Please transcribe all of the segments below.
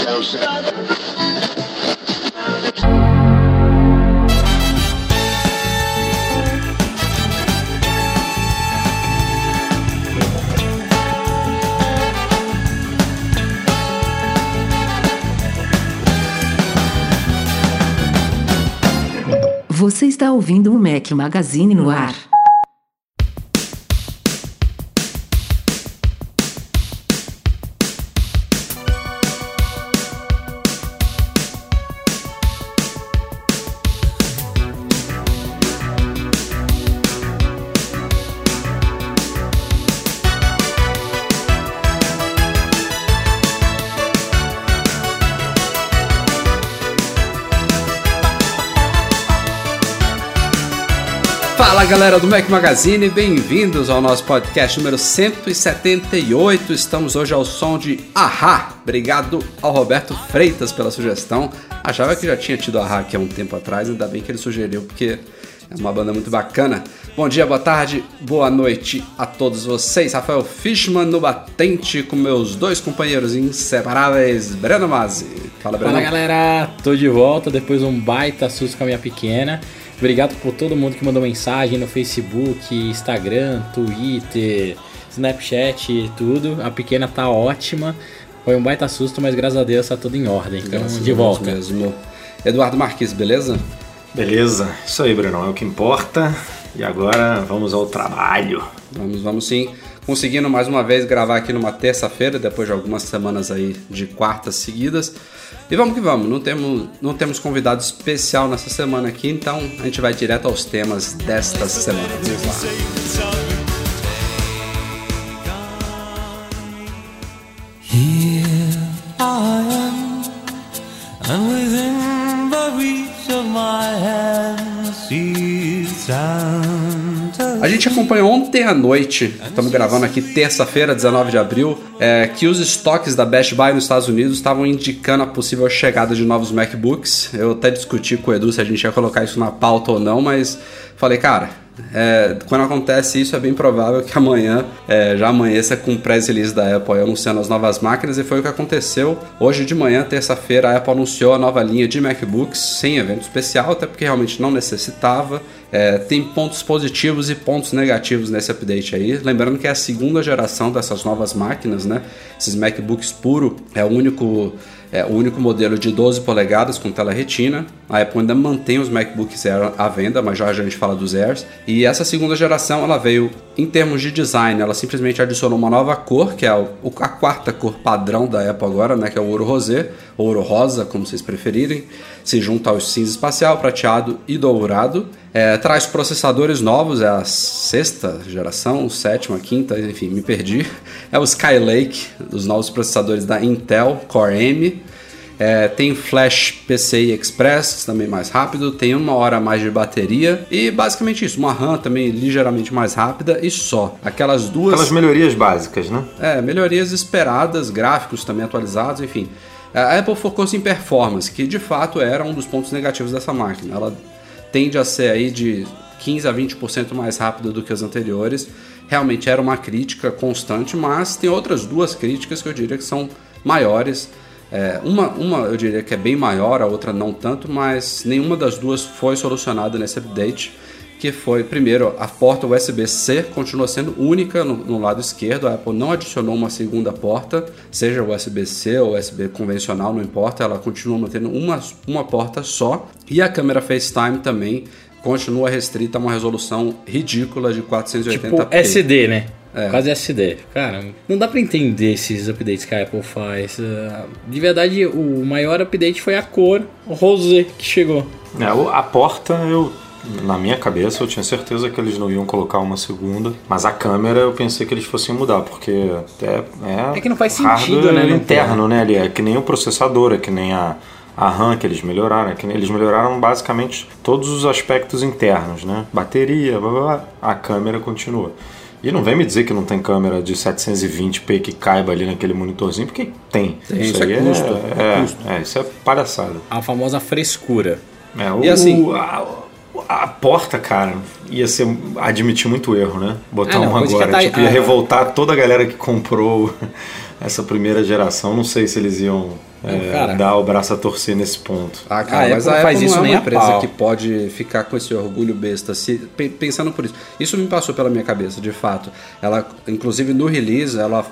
Você está ouvindo o Mac Magazine no ar. Fala galera do Mac Magazine, bem-vindos ao nosso podcast número 178. Estamos hoje ao som de Ahá. Obrigado ao Roberto Freitas pela sugestão. Achava que já tinha tido Ahá aqui há um tempo atrás, ainda bem que ele sugeriu, porque é uma banda muito bacana. Bom dia, boa tarde, boa noite a todos vocês. Rafael Fishman no batente com meus dois companheiros inseparáveis, Breno Masi. Fala, Breno. Fala galera, tô de volta depois de um baita susto com a minha pequena. Obrigado por todo mundo que mandou mensagem no Facebook, Instagram, Twitter, Snapchat e tudo. A pequena tá ótima. Foi um baita susto, mas graças a Deus tá tudo em ordem. Então, graças de volta. Mesmo. Eduardo Marques, beleza? Beleza, isso aí, Breno, é o que importa. E agora vamos ao trabalho. Vamos sim. Conseguindo mais uma vez gravar aqui numa terça-feira, depois de algumas semanas aí de quartas seguidas. E vamos que vamos, não temos convidado especial nessa semana aqui, então a gente vai direto aos temas desta semana. Vamos lá. Here I am, and within the reach of my hand, see Santa. A gente acompanhou ontem à noite, estamos gravando aqui terça-feira, 19 de abril, que os estoques da Best Buy nos Estados Unidos estavam indicando a possível chegada de novos MacBooks. Eu até discuti com o Edu se a gente ia colocar isso na pauta ou não, mas falei, cara, quando acontece isso é bem provável que amanhã já amanheça com o press release da Apple anunciando as novas máquinas, e foi o que aconteceu. Hoje de manhã, terça-feira, a Apple anunciou a nova linha de MacBooks sem evento especial, até porque realmente não necessitava. Tem pontos positivos e pontos negativos nesse update aí. Lembrando que é a segunda geração dessas novas máquinas, né? Esses MacBooks puro é o único modelo de 12 polegadas com tela retina. A Apple ainda mantém os MacBooks Air à venda, mas já a gente fala dos Airs. E essa segunda geração, ela veio, em termos de design, ela simplesmente adicionou uma nova cor, que é a quarta cor padrão da Apple agora, né? Que é o ouro rosé, ouro rosa, como vocês preferirem. Se junta aos cinza espacial, prateado e dourado. Traz processadores novos, é a sexta geração, sétima, quinta, enfim, me perdi. É o Skylake, os novos processadores da Intel Core M. Tem Flash PCI Express, também mais rápido. Tem 1 hora a mais de bateria. E basicamente isso, uma RAM também ligeiramente mais rápida e só. Aquelas melhorias básicas, né? Melhorias esperadas, gráficos também atualizados, enfim. A Apple focou-se em performance, que de fato era um dos pontos negativos dessa máquina. Ela tende a ser aí de 15% a 20% mais rápida do que as anteriores. Realmente era uma crítica constante, mas tem outras duas críticas que eu diria que são maiores. Uma eu diria que é bem maior, a outra não tanto, mas nenhuma das duas foi solucionada nesse update, que foi, primeiro, a porta USB-C continua sendo única no lado esquerdo. A Apple não adicionou uma segunda porta, seja USB-C ou USB convencional, não importa, ela continua mantendo uma porta só. E a câmera FaceTime também continua restrita a uma resolução ridícula de 480p. Tipo SD, né? Quase SD. Cara, não dá pra entender esses updates que a Apple faz. De verdade, o maior update foi a cor rosé que chegou. A porta, na minha cabeça, eu tinha certeza que eles não iam colocar uma segunda, mas a câmera eu pensei que eles fossem mudar, porque é que não faz sentido, né? Interno, né? Ali é que nem o processador, é que nem a RAM que eles melhoraram, eles melhoraram basicamente todos os aspectos internos, né? Bateria, blá, blá, blá, a câmera continua. E não vem me dizer que não tem câmera de 720p que caiba ali naquele monitorzinho, porque tem. Isso aí é custo. Isso é palhaçada. A famosa frescura. E assim, a porta, cara, ia admitir muito erro, né? Botar uma agora. Ia revoltar toda a galera que comprou essa primeira geração. Não sei se eles iam Cara, dar o braço a torcer nesse ponto. Ah, cara, mas Apple a faz Apple isso não é nem uma a empresa pau. que pode ficar com esse orgulho besta, pensando por isso. Isso me passou pela minha cabeça, de fato. Ela, inclusive no release, ela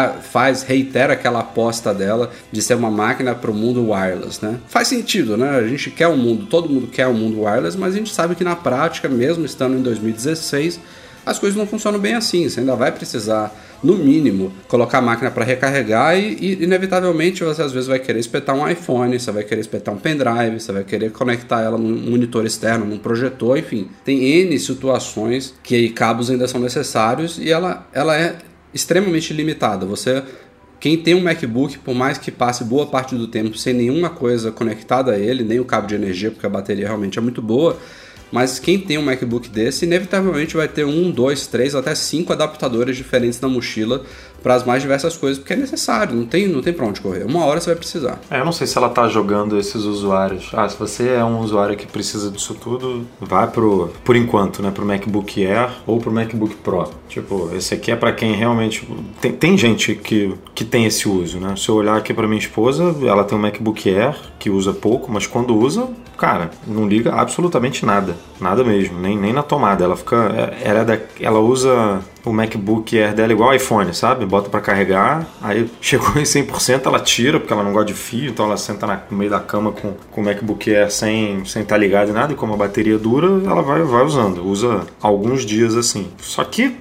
reitera aquela aposta dela de ser uma máquina para o mundo wireless, né? Faz sentido, né? A gente quer um mundo, todo mundo quer um mundo wireless, mas a gente sabe que na prática, mesmo estando em 2016, as coisas não funcionam bem assim. Você ainda vai precisar, no mínimo, colocar a máquina para recarregar e inevitavelmente você às vezes vai querer espetar um iPhone, você vai querer espetar um pendrive, você vai querer conectar ela num monitor externo, num projetor, enfim. Tem N situações que cabos ainda são necessários e ela é extremamente limitada. Quem tem um MacBook, por mais que passe boa parte do tempo sem nenhuma coisa conectada a ele, nem o cabo de energia, porque a bateria realmente é muito boa, mas quem tem um MacBook desse, inevitavelmente vai ter 1, 2, 3, até 5 adaptadores diferentes na mochila para as mais diversas coisas, porque é necessário, não tem para onde correr. Uma hora você vai precisar. Eu não sei se ela tá jogando esses usuários. Se você é um usuário que precisa disso tudo, vai por enquanto, né, pro MacBook Air ou pro MacBook Pro. Tipo, esse aqui é para quem realmente... Tem gente que tem esse uso, né? Se eu olhar aqui para minha esposa, ela tem um MacBook Air, que usa pouco, mas quando usa, cara, não liga absolutamente nada. Nada mesmo, nem na tomada. Ela usa o MacBook Air dela igual iPhone, sabe? Bota pra carregar, aí chegou em 100%, ela tira, porque ela não gosta de fio, então ela senta no meio da cama com o MacBook Air sem estar ligado em nada, e como a bateria dura, ela vai usando. Usa alguns dias assim. Só que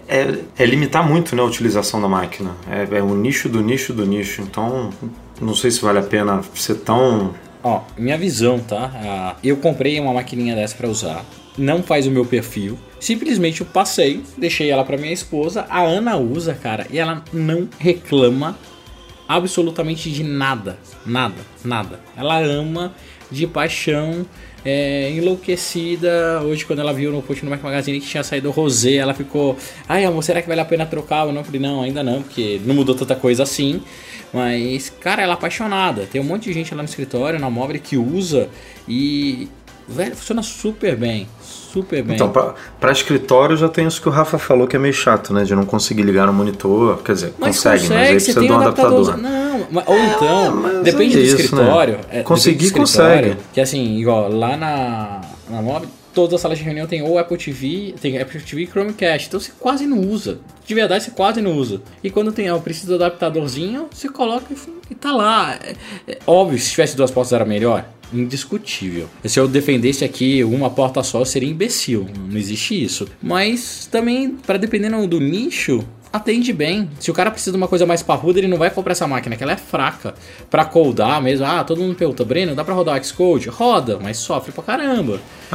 é limitar muito, né, a utilização da máquina. É um nicho do nicho do nicho, então não sei se vale a pena ser tão... Ó, minha visão, tá? Eu comprei uma maquininha dessa pra usar. Não faz o meu perfil. Simplesmente eu passei, deixei ela pra minha esposa. A Ana usa, cara, e ela não reclama absolutamente de nada. Nada. Ela ama de paixão, enlouquecida. Hoje, quando ela viu no post no Mac Magazine que tinha saído o Rosé, ela ficou... Ai, amor, será que vale a pena trocar? Eu não falei, não, ainda não, porque não mudou tanta coisa assim. Mas, cara, ela é apaixonada. Tem um monte de gente lá no escritório, na Mobile, que usa e... Velho, funciona super bem. Então, pra escritório já tem isso que o Rafa falou que é meio chato, né? De não conseguir ligar no monitor. Quer dizer, consegue, mas aí precisa de um adaptador. Não, ou então, depende do escritório. Né? Conseguir, consegue. Que assim, igual lá na Mobile, todas as salas de reunião tem ou Apple TV, tem Apple TV e Chromecast. Então você quase não usa. De verdade, você quase não usa. E quando tem, precisa do adaptadorzinho, você coloca e tá lá. Óbvio, se tivesse duas portas era melhor. Indiscutível. Se eu defendesse aqui uma porta só, eu seria imbecil. Não existe isso. Mas também, para dependendo do nicho, atende bem. Se o cara precisa de uma coisa mais parruda, ele não vai comprar essa máquina, que ela é fraca. Pra codar mesmo, todo mundo pergunta, Breno, dá pra rodar o Xcode? Roda, mas sofre pra caramba.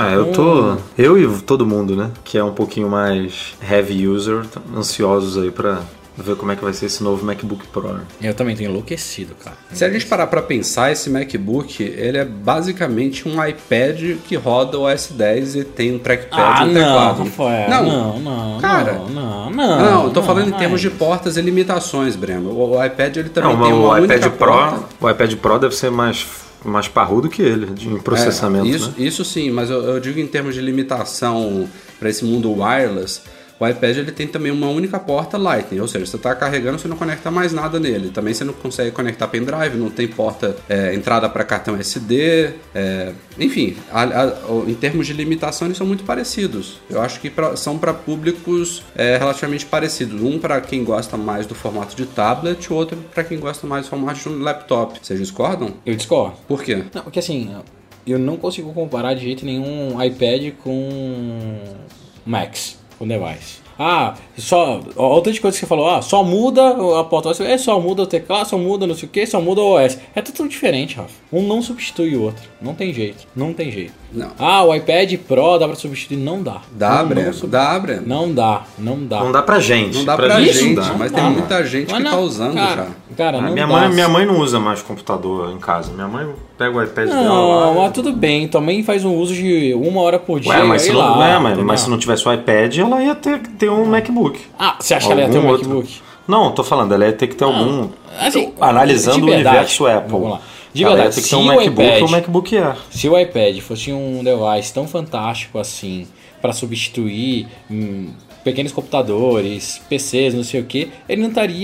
Eu e todo mundo, né, que é um pouquinho mais heavy user, ansiosos aí pra ver como é que vai ser esse novo MacBook Pro. Né? Eu também tô enlouquecido, cara. Se a gente parar pra pensar, esse MacBook, ele é basicamente um iPad que roda o OS X e tem um trackpad e um teclado. Não, cara, não, eu tô falando em termos de portas e limitações, Breno. O iPad, ele também tem uma única porta. O iPad Pro deve ser mais parrudo que ele, em processamento. Isso sim, mas eu digo em termos de limitação para esse mundo wireless. O iPad ele tem também uma única porta Lightning, ou seja, você está carregando, você não conecta mais nada nele. Também você não consegue conectar pendrive, não tem porta entrada para cartão SD. Enfim, em termos de limitação eles são muito parecidos. Eu acho que são para públicos relativamente parecidos. Um para quem gosta mais do formato de tablet, o outro para quem gosta mais do formato de um laptop. Vocês discordam? Eu discordo. Por quê? Não, porque assim, eu não consigo comparar de jeito nenhum iPad com Macs. Com device. Olha o tanto de coisa que você falou. Só muda a porta. Só muda o teclado, só muda não sei o que, só muda o OS. É tudo diferente, Rafa. Um não substitui o outro. Não tem jeito. Não. O iPad Pro dá pra substituir? Não dá. Dá, Breno. Não dá. Não dá pra gente. Não dá pra gente, mas tem muita gente que tá usando já. Cara, minha mãe não usa mais computador em casa. Minha mãe pega o iPad dela lá. Não, mas tudo bem. Tua mãe faz um uso de 1 hora por dia. Mas se não tivesse o iPad, ela ia ter um MacBook. Você acha que ela ia ter um MacBook? Não, tô falando, ela ia ter que ter algum... Assim, analisando o universo Apple. Vamos lá. De verdade, ela ia ter que ter um MacBook ou um MacBook Air. Se o iPad fosse um device tão fantástico assim, para substituir pequenos computadores, PCs, não sei o que, ele não estaria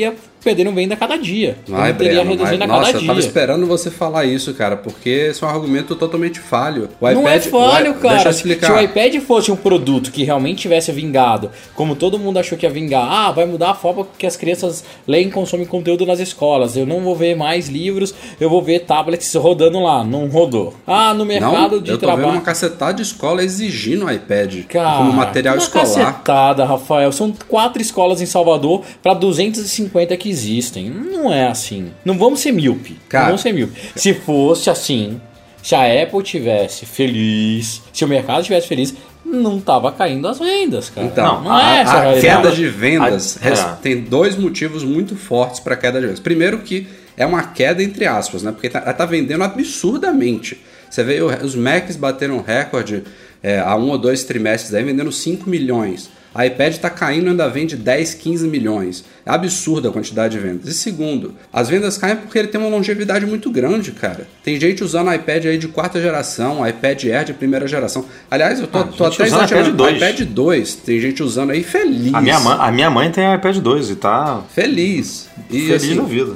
perdendo venda a cada dia. Vai, não teria Breno, reduzindo a nossa, cada eu dia. tava esperando você falar isso, cara, porque esse é um argumento totalmente falho. O Não é iPad, falho, cara. Deixa eu Se explicar. o iPad fosse um produto que realmente tivesse vingado, como todo mundo achou que ia vingar, vai mudar a forma que as crianças leem e consomem conteúdo nas escolas. Eu não vou ver mais livros, eu vou ver tablets rodando lá. Não rodou. No mercado de eu tô trabalho. vendo uma cacetada de escola exigindo o iPad Cara, como material uma escolar. cacetada, Rafael. São 4 escolas em Salvador para 250 que existem. Não é assim. Não vamos ser míope. Cara, não vamos ser míope. Se fosse assim, se a Apple tivesse feliz, se o mercado tivesse feliz, não tava caindo as vendas, cara. Então, não é essa a a realidade. queda de vendas É. tem 2 motivos muito fortes para a queda de vendas. Primeiro que é uma queda entre aspas, né? Porque ela tá vendendo absurdamente. Você vê os Macs bateram recorde há 1 ou 2 trimestres aí, vendendo 5 milhões. A iPad está caindo e ainda vende 10, 15 milhões. É absurda a quantidade de vendas. E segundo, as vendas caem porque ele tem uma longevidade muito grande, cara. Tem gente usando iPad aí de 4ª geração, iPad Air de 1ª geração. Aliás, eu tô até usando exagerando. iPad 2. iPad 2. Tem gente usando aí feliz. A minha mãe tem um iPad 2 e tá Feliz. E, feliz da vida.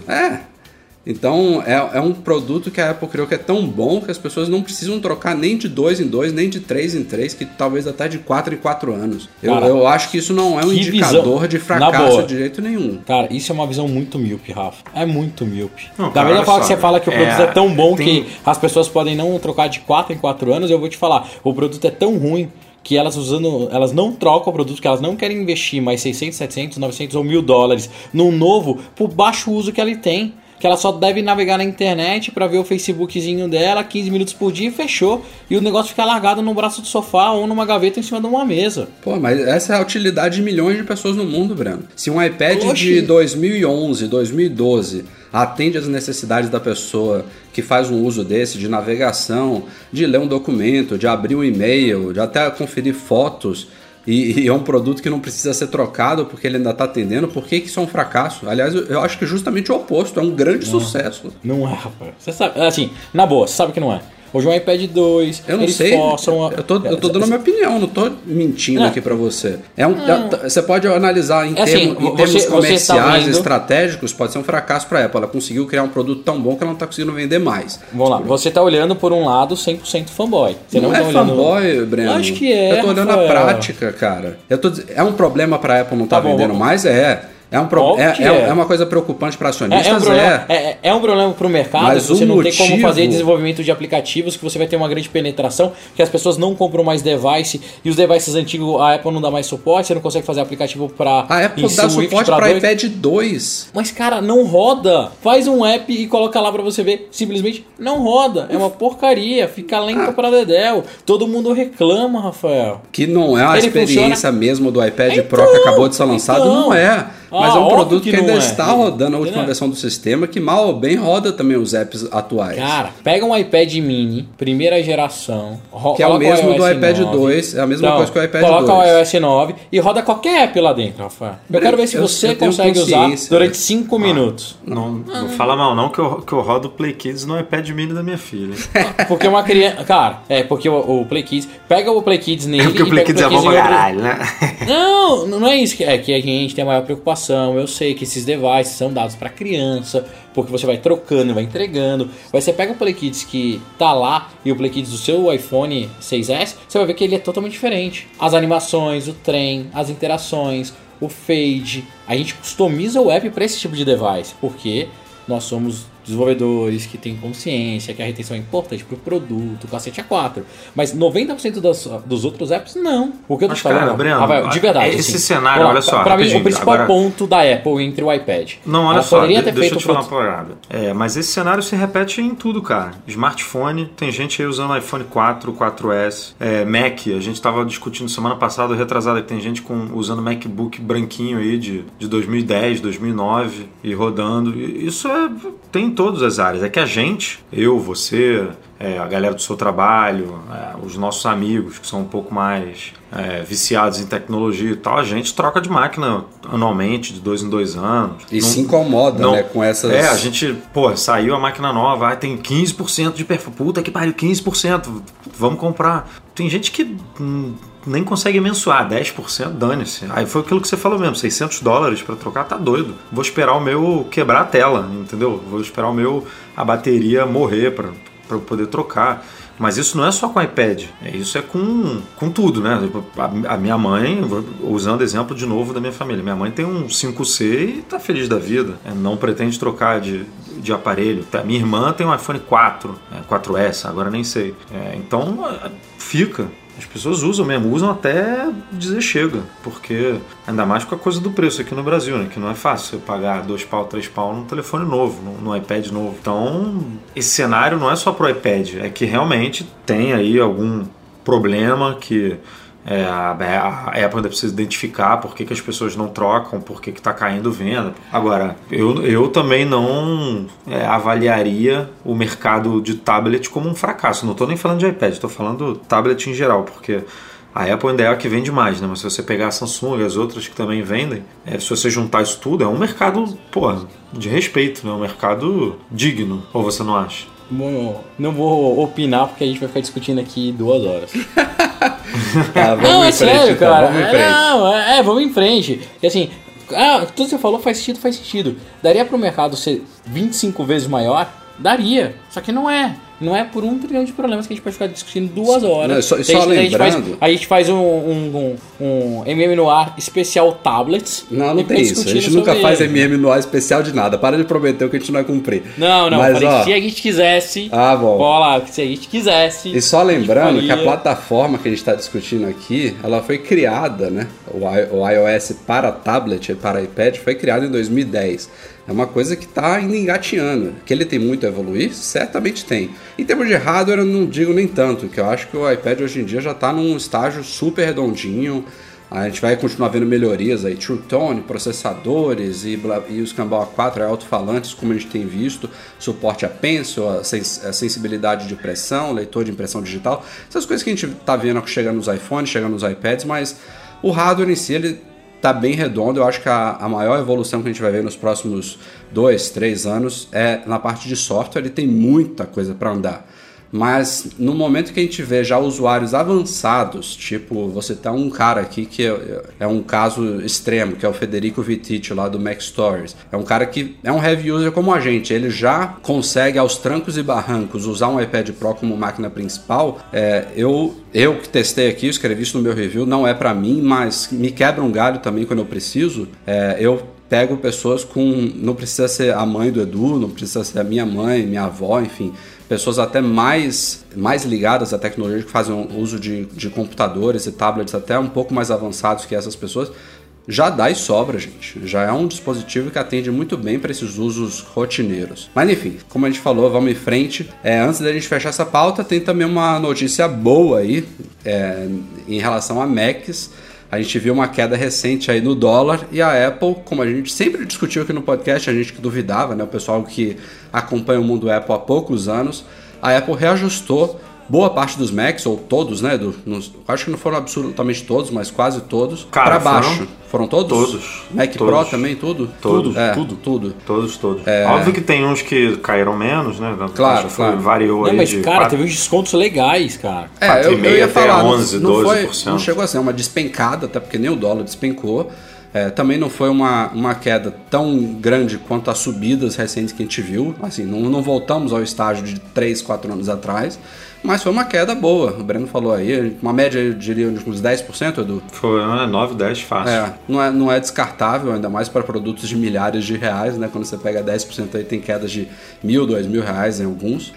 Então, é um produto que a Apple criou que é tão bom que as pessoas não precisam trocar nem de 2 em 2, nem de 3 em 3, que talvez até de 4 em 4 anos. Cara, eu acho que isso não é um que indicador visão. de Na fracasso boa. de jeito nenhum. Cara, isso é uma visão muito míope, Rafa. É muito míope. Não, Da cara, mesma olha forma que só, você fala que o produto é tão bom tem- que as pessoas podem não trocar de 4 em 4 anos, eu vou te falar, o produto é tão ruim que elas não trocam o produto, que elas não querem investir mais 600, 700, 900 ou $1.000 num novo por baixo uso que ele tem. Que ela só deve navegar na internet pra ver o Facebookzinho dela 15 minutos por dia e fechou. E o negócio fica largado no braço do sofá ou numa gaveta em cima de uma mesa. Pô, mas essa é a utilidade de milhões de pessoas no mundo, Breno. Se um iPad Oxi. de 2011, 2012 atende às necessidades da pessoa que faz um uso desse, de navegação, de ler um documento, de abrir um e-mail, de até conferir fotos, e é um produto que não precisa ser trocado porque ele ainda está atendendo, por que isso é um fracasso? Aliás, eu acho que justamente o oposto, é um grande sucesso. Não é, rapaz. Você sabe, assim, na boa, você sabe que não é. Hoje o iPad 2, Eu não eles sei, forçam eu tô dando a minha opinião, não tô mentindo Não. aqui pra você. Você pode analisar em assim, termos você comerciais, tá vendo- estratégicos, pode ser um fracasso pra Apple. Ela conseguiu criar um produto tão bom que ela não tá conseguindo vender mais. Vamos lá, você tá olhando por um lado 100% fanboy. Você Não tá é olhando... fanboy, Breno. Acho que é, Eu tô olhando Rafael. a prática, cara. É um problema pra Apple não tá Tá bom, vendendo vamos- mais? Óbvio que é. É uma coisa preocupante para acionistas, É um problema pro mercado, Mas você o não tem como motivo- fazer desenvolvimento de aplicativos, que você vai ter uma grande penetração, que as pessoas não compram mais device, e os devices antigos a Apple não dá mais suporte, você não consegue fazer aplicativo para A Apple dá suporte para iPad 2. Mas, cara, não roda. Faz um app e coloca lá pra você ver. Simplesmente não roda. É uma porcaria. Fica lento pra dedéu. Todo mundo reclama, Rafael. Que não é uma Ele experiência mesmo do iPad Então, Pro que acabou de ser lançado, não é. Mas é um óbvio produto que ainda não é. está rodando a última Entendeu? versão do sistema, que mal ou bem roda também os apps atuais. Cara, pega um iPad mini, primeira geração. Que é o coloca mesmo do iOS iPad 9. 2, é a mesma Então, coisa que o iPad coloca 2. o iOS 9 e roda qualquer app lá dentro, Rafael. Eu quero ver se você eu tenho consegue usar consciência. durante 5 minutos. Não fala mal não que eu rodo o Play Kids no iPad mini da minha filha. Porque uma criança... Cara, porque o Play Kids... Pega o Play Kids nele Porque o Play Kids é bom pra em outro- caralho, né? Não é isso. É que a gente tem a maior preocupação. Eu sei que esses devices são dados pra criança, porque você vai trocando, vai entregando. Mas você pega o Play Kids que tá lá e o Play Kids do seu iPhone 6S, você vai ver que ele é totalmente diferente. As animações, o trem, as interações, o fade. A gente customiza o app pra esse tipo de device, porque nós somos desenvolvedores que têm consciência que a retenção é importante pro produto, o cacete é 4. Mas 90% dos outros apps, não. O que eu tô Mas, falando, cara, Breno, Rafael, de verdade. esse assim, cenário, vamos lá, olha só, pra mim, rapidinho, o principal agora- ponto da Apple entre o iPad. Não, olha ela só, poderia ter deixa feito eu te falar o uma parada. Mas esse cenário se repete em tudo, cara. Smartphone, tem gente aí usando iPhone 4, 4S, Mac, a gente tava discutindo semana passada, retrasada, que tem gente usando MacBook branquinho aí de 2010, 2009 e rodando. Isso tem em todas as áreas. É que a gente, eu, você, a galera do seu trabalho, os nossos amigos que são um pouco mais viciados em tecnologia e tal, a gente troca de máquina anualmente, de 2 em 2 anos. E se incomoda, né, com essas... a gente, saiu a máquina nova, tem 15% de performance, puta que pariu, 15%, vamos comprar. Tem gente que nem consegue mensurar, 10%, dane-se. Aí foi aquilo que você falou mesmo, $600 para trocar, tá doido. Vou esperar o meu quebrar a tela, entendeu? Vou esperar a bateria morrer para eu poder trocar. Mas isso não é só com iPad, isso é com tudo, né? A minha mãe, usando exemplo de novo da minha família, minha mãe tem um 5C e tá feliz da vida, não pretende trocar de aparelho. A minha irmã tem um iPhone 4S, agora nem sei. Então fica. As pessoas usam até dizer chega, porque ainda mais com a coisa do preço aqui no Brasil, né? Que não é fácil você pagar 2 pau, 3 pau num telefone novo, num iPad novo. Então, esse cenário não é só pro iPad, é que realmente tem aí algum problema que a Apple ainda precisa identificar por que as pessoas não trocam, por que está caindo venda. Agora, eu também não avaliaria o mercado de tablet como um fracasso. Não estou nem falando de iPad, estou falando tablet em geral, porque a Apple ainda é a que vende mais, né? Mas se você pegar a Samsung e as outras que também vendem, se você juntar isso tudo, é um mercado, de respeito, né? Um mercado digno. Ou você não acha? Bom, não vou opinar porque a gente vai ficar discutindo aqui 2 horas. Vamos em frente, sério, então, cara. vamos em frente. Vamos em frente. E assim, tudo que você falou faz sentido. Daria para o mercado ser 25 vezes maior? Daria. Só que não é. Não é por 1 trilhão de problemas que a gente pode ficar discutindo 2 horas. Não, só lembrando... A gente faz um MM no ar especial tablets. Não tem isso. A gente nunca faz MM no ar especial de nada. Para de prometer o que a gente não vai cumprir. Não, mas, falei, se a gente quisesse... bom. Lá, se a gente quisesse... E só lembrando que a plataforma que a gente está discutindo aqui, ela foi criada, né? O iOS para tablet e para iPad foi criado em 2010. É uma coisa que está ainda engateando. Que ele tem muito a evoluir? Certamente tem. Em termos de hardware, eu não digo nem tanto, que eu acho que o iPad hoje em dia já está num estágio super redondinho. A gente vai continuar vendo melhorias aí, True Tone, processadores e os Cambau A4 alto-falantes, como a gente tem visto, suporte a Pencil, a sensibilidade de pressão, leitor de impressão digital, essas coisas que a gente está vendo chegando nos iPhones, chegando nos iPads, mas o hardware em si, ele tá bem redondo. Eu acho que a maior evolução que a gente vai ver nos próximos 2, 3 anos é na parte de software. Ele tem muita coisa para andar, mas no momento que a gente vê já usuários avançados, tipo, você tem um cara aqui que é um caso extremo, que é o Federico Vittiti lá do Mac Stories. É um cara que é um heavy user como a gente, ele já consegue aos trancos e barrancos usar um iPad Pro como máquina principal. Eu que testei aqui, escrevi isso no meu review, não é para mim, mas me quebra um galho também quando eu preciso. Eu pego pessoas com... Não precisa ser a mãe do Edu, não precisa ser a minha mãe, minha avó, enfim... Pessoas até mais ligadas à tecnologia, que fazem uso de computadores e tablets até um pouco mais avançados que essas pessoas, já dá e sobra, gente. Já é um dispositivo que atende muito bem para esses usos rotineiros. Mas enfim, como a gente falou, vamos em frente. Antes da gente fechar essa pauta, tem também uma notícia boa aí em relação a Macs. A gente viu uma queda recente aí no dólar e a Apple, como a gente sempre discutiu aqui no podcast, a gente que duvidava, né, o pessoal que acompanha o mundo Apple há poucos anos, a Apple reajustou boa parte dos Macs, ou todos, né? Acho que não foram absolutamente todos, mas quase todos, para baixo. Foram todos? Todos. Mac todos. Pro também, tudo? Todos. Tudo. Todos. Óbvio que tem uns que caíram menos, né? Claro. Variou aí. Mas, cara, teve uns descontos legais, cara. Eu ia falar, 11, não 12%. Não chegou a ser uma despencada, até porque nem o dólar despencou. Também não foi uma queda tão grande quanto as subidas recentes que a gente viu. Assim, não voltamos ao estágio de 3, 4 anos atrás, mas foi uma queda boa. O Breno falou aí, uma média, eu diria, de uns 10%, Edu? Foi 9, 10 fácil. Não é descartável, ainda mais para produtos de milhares de reais, né? Quando você pega 10% aí, tem quedas de R$1.000, R$2.000 em alguns.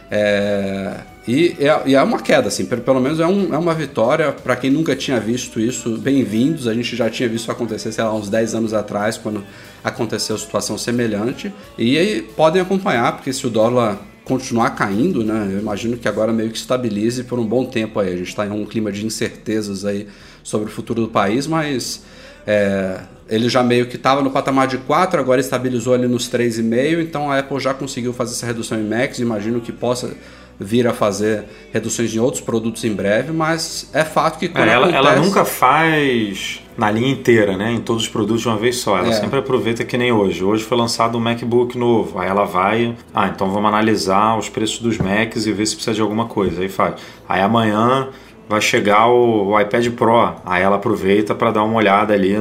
E é uma queda, assim, pelo menos é uma vitória para quem nunca tinha visto isso. Bem-vindos, a gente já tinha visto acontecer, sei lá, uns 10 anos atrás, quando aconteceu situação semelhante. E aí podem acompanhar, porque se o dólar continuar caindo, né, eu imagino que agora meio que estabilize por um bom tempo aí. A gente está em um clima de incertezas aí sobre o futuro do país, mas ele já meio que estava no patamar de 4, agora estabilizou ali nos 3,5, então a Apple já conseguiu fazer essa redução em Macs, imagino que possa vir a fazer reduções em outros produtos em breve, mas é fato que quando ela nunca faz na linha inteira, né? Em todos os produtos de uma vez só. Ela sempre aproveita que nem hoje. Hoje foi lançado um MacBook novo. Aí ela vai... então vamos analisar os preços dos Macs e ver se precisa de alguma coisa. Aí faz. Aí amanhã vai chegar o iPad Pro. Aí ela aproveita para dar uma olhada ali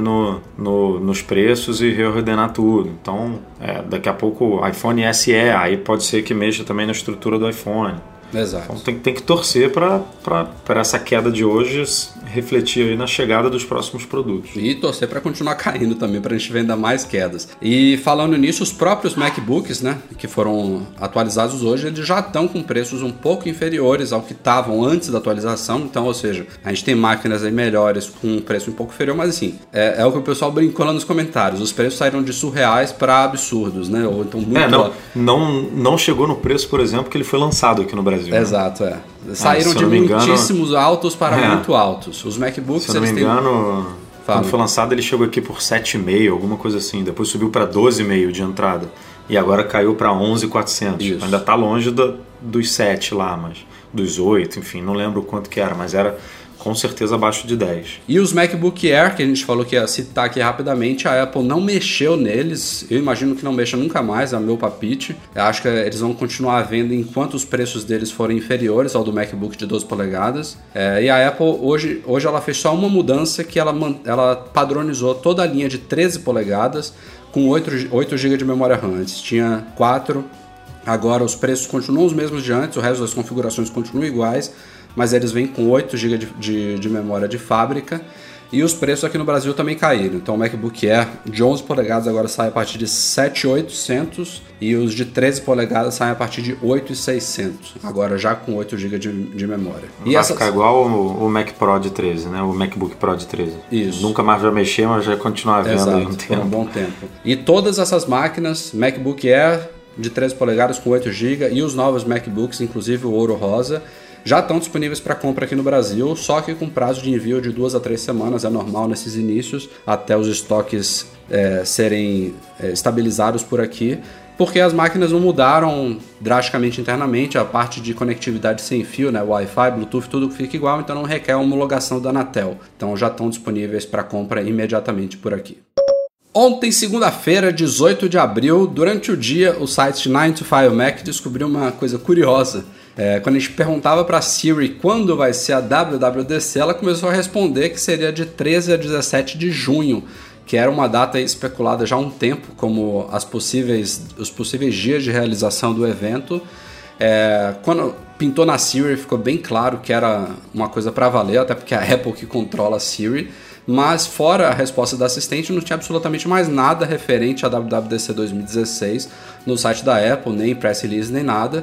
nos preços e reordenar tudo. Então, daqui a pouco o iPhone SE, aí pode ser que mexa também na estrutura do iPhone. Exato. Então tem que torcer para essa queda de hoje refletir aí na chegada dos próximos produtos. E torcer para continuar caindo também, para a gente ver ainda mais quedas. E falando nisso, os próprios MacBooks, né, que foram atualizados hoje, eles já estão com preços um pouco inferiores ao que estavam antes da atualização. Então, ou seja, a gente tem máquinas aí melhores com um preço um pouco inferior, mas assim, é o que o pessoal brincou lá nos comentários. Os preços saíram de surreais para absurdos, né? Ou então muito... não chegou no preço, por exemplo, que ele foi lançado aqui no Brasil. Exato, saíram de muitíssimos altos para muito altos. Os MacBooks, se eu não me engano, quando foi lançado ele chegou aqui por 7,5, alguma coisa assim. Depois subiu para 12,5 de entrada. E agora caiu para 11,400. Ainda está longe dos 7 lá, mas dos 8, enfim, não lembro quanto que era, mas era com certeza abaixo de 10. E os MacBook Air, que a gente falou que ia citar aqui rapidamente, a Apple não mexeu neles. Eu imagino que não mexa nunca mais, é o meu palpite. Eu acho que eles vão continuar vendo enquanto os preços deles forem inferiores ao do MacBook de 12 polegadas. E a Apple, hoje ela fez só uma mudança, que ela padronizou toda a linha de 13 polegadas com 8 GB de memória RAM. Antes tinha 4, agora os preços continuam os mesmos de antes, o resto das configurações continuam iguais, mas eles vêm com 8 GB de memória de fábrica, e os preços aqui no Brasil também caíram. Então o MacBook Air de 11 polegadas agora sai a partir de 7.800 e os de 13 polegadas saem a partir de 8.600, agora já com 8 GB de memória. Vai ficar igual o Mac Pro de 13, né? O MacBook Pro de 13. Isso. Nunca mais vai mexer, mas vai continuar vendo aí um tempo. Por um bom tempo. E todas essas máquinas, MacBook Air de 13 polegadas com 8 GB e os novos MacBooks, inclusive o ouro rosa, já estão disponíveis para compra aqui no Brasil, só que com prazo de envio de 2 a 3 semanas, é normal nesses inícios, até os estoques serem estabilizados por aqui, porque as máquinas não mudaram drasticamente internamente, a parte de conectividade sem fio, né, Wi-Fi, Bluetooth, tudo fica igual, então não requer homologação da Anatel. Então já estão disponíveis para compra imediatamente por aqui. Ontem, segunda-feira, 18 de abril, durante o dia, o site 9to5Mac descobriu uma coisa curiosa. Quando a gente perguntava para a Siri quando vai ser a WWDC, ela começou a responder que seria de 13 a 17 de junho, que era uma data especulada já há um tempo como os possíveis dias de realização do evento. Quando pintou na Siri, ficou bem claro que era uma coisa para valer, até porque é a Apple que controla a Siri. Mas fora a resposta da assistente, não tinha absolutamente mais nada referente à WWDC 2016 no site da Apple, nem press release, nem nada.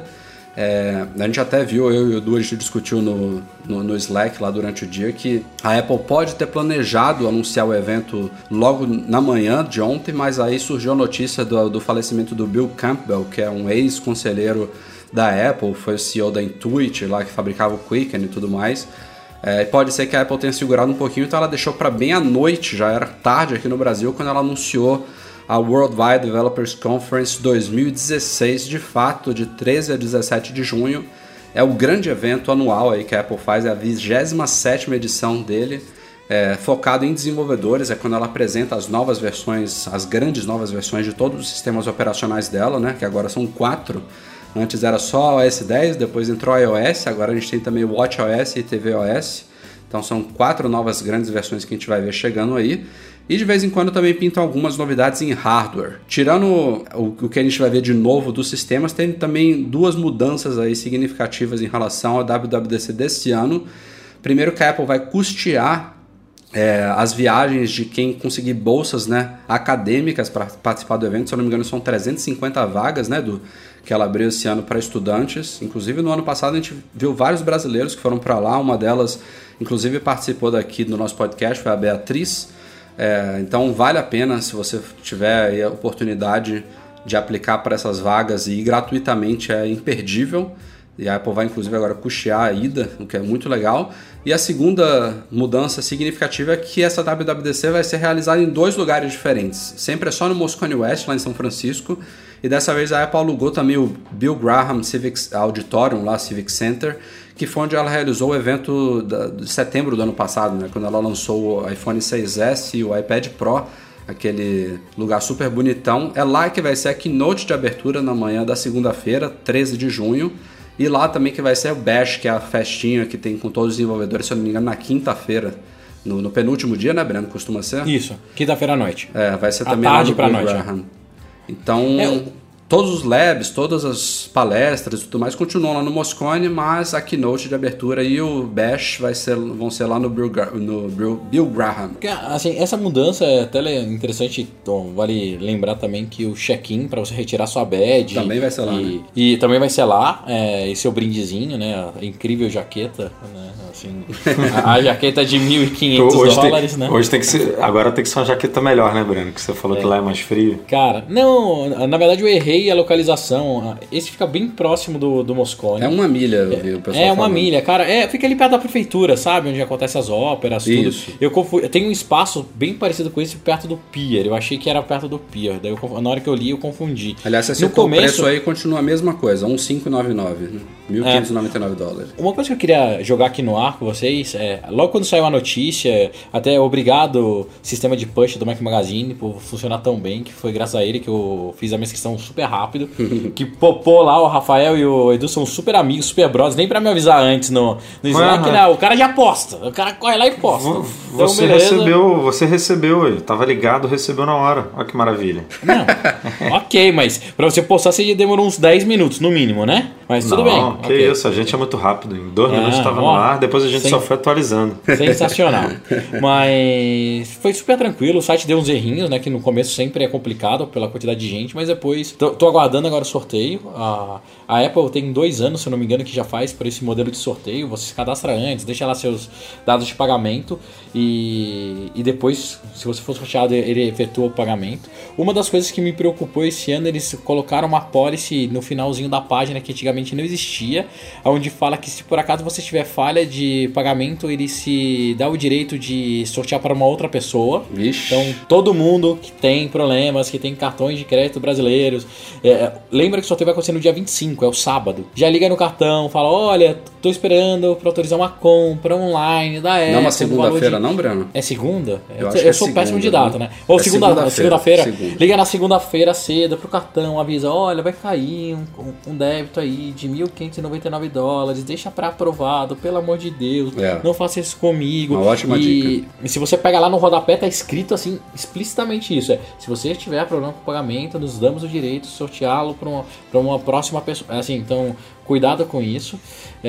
A gente até viu, eu e o Edu, a gente discutiu no Slack lá durante o dia, que a Apple pode ter planejado anunciar o evento logo na manhã de ontem, mas aí surgiu a notícia do falecimento do Bill Campbell, que é um ex-conselheiro da Apple, foi o CEO da Intuit, lá que fabricava o Quicken e tudo mais. Pode ser que a Apple tenha segurado um pouquinho, então ela deixou para bem à noite, já era tarde aqui no Brasil, quando ela anunciou a Worldwide Developers Conference 2016, de fato, de 13 a 17 de junho. É o grande evento anual aí que a Apple faz, é a 27ª edição dele, focado em desenvolvedores, é quando ela apresenta as novas versões, as grandes novas versões de todos os sistemas operacionais dela, né, que agora são 4. Antes era só iOS 10, depois entrou iOS, agora a gente tem também o WatchOS e tvOS. Então são 4 novas grandes versões que a gente vai ver chegando aí. E de vez em quando também pintam algumas novidades em hardware. Tirando o que a gente vai ver de novo dos sistemas, tem também 2 mudanças aí significativas em relação ao WWDC desse ano. Primeiro, que a Apple vai custear as viagens de quem conseguir bolsas, né, acadêmicas para participar do evento. Se eu não me engano, são 350 vagas, né, que ela abriu esse ano para estudantes. Inclusive, no ano passado, a gente viu vários brasileiros que foram para lá. Uma delas, inclusive, participou daqui do nosso podcast, foi a Beatriz. Então, vale a pena, se você tiver aí a oportunidade de aplicar para essas vagas, e gratuitamente, é imperdível. E a Apple vai, inclusive, agora custear a ida, o que é muito legal. E a segunda mudança significativa é que essa WWDC vai ser realizada em 2 lugares diferentes. Sempre é só no Moscone West, lá em São Francisco. E dessa vez a Apple alugou também o Bill Graham Civic Auditorium, lá, Civic Center, que foi onde ela realizou o evento de setembro do ano passado, né, quando ela lançou o iPhone 6S e o iPad Pro, aquele lugar super bonitão. É lá que vai ser a keynote de abertura na manhã da segunda-feira, 13 de junho. E lá também que vai ser o Bash, que é a festinha que tem com todos os desenvolvedores, se eu não me engano, na quinta-feira. No penúltimo dia, né, Breno? Costuma ser? Isso, quinta-feira à noite. Vai ser também tarde lá pra no noite. Graham. Então, todos os labs, todas as palestras e tudo mais continuam lá no Moscone, mas a keynote de abertura e o Bash vão ser lá no Bill Graham. Assim, essa mudança é até interessante, então, vale lembrar também que o check-in para você retirar sua badge também vai ser lá, né? E também vai ser lá, esse é o brindezinho, né? A incrível jaqueta, né? Assim, a jaqueta de $1.500, né? Hoje tem que ser, agora tem que ser uma jaqueta melhor, né, Breno? Que você falou que lá é mais frio. Cara, não, na verdade eu errei a localização. Esse fica bem próximo do Moscone. É 1 milha, eu vi o pessoal É 1 falando. milha, cara. Fica ali perto da prefeitura, sabe? Onde acontece as óperas, Isso. tudo. Eu tenho um espaço bem parecido com esse perto do Pier. Eu achei que era perto do Pier. Daí na hora que eu li, eu confundi. Aliás, você citou o preço aí, continua a mesma coisa, $1.599, né? $1.599. Uma coisa que eu queria jogar aqui no ar com vocês logo quando saiu a notícia, até obrigado sistema de push do Mac Magazine por funcionar tão bem, que foi graças a ele que eu fiz a minha inscrição super rápido, que popou lá, o Rafael e o Edu são super amigos, super brothers, nem pra me avisar antes no Slack, não, o cara já posta, o cara corre lá e posta. Você recebeu, ele tava ligado, recebeu na hora, olha que maravilha. Não, ok, mas pra você postar você demorou uns 10 minutos no mínimo, né? Mas tudo bem. Que okay. Isso, a gente é muito rápido. Em 2 minutos estava no ar, depois a gente só foi atualizando. Sensacional. Mas foi super tranquilo, o site deu uns errinhos, né? Que no começo sempre é complicado pela quantidade de gente, mas depois tô aguardando agora o sorteio. A Apple tem 2 anos, se eu não me engano, que já faz por esse modelo de sorteio. Você se cadastra antes, deixa lá seus dados de pagamento e depois, se você for sorteado, ele efetua o pagamento. Uma das coisas que me preocupou esse ano, eles colocaram uma policy no finalzinho da página que antigamente não existia, onde fala que se por acaso você tiver falha de pagamento, ele se dá o direito de sortear para uma outra pessoa. Vixe. Então todo mundo que tem problemas, que tem cartões de crédito brasileiros, lembra que o sorteio vai acontecer no dia 25, é o sábado. Já liga no cartão, fala, olha, tô esperando para autorizar uma compra online da Apple. Não é uma segunda-feira não, Breno? É segunda? Eu sou péssimo de data, né? Ou segunda-feira. Liga na segunda-feira cedo pro cartão, avisa, olha, vai cair um débito aí de $1.599, deixa pra aprovado, pelo amor de Deus, não faça isso comigo. Uma ótima dica. E se você pega lá no rodapé, tá escrito assim, explicitamente isso, se você tiver problema com o pagamento, nos damos o direito de sorteá-lo pra uma próxima pessoa, assim, então cuidado com isso.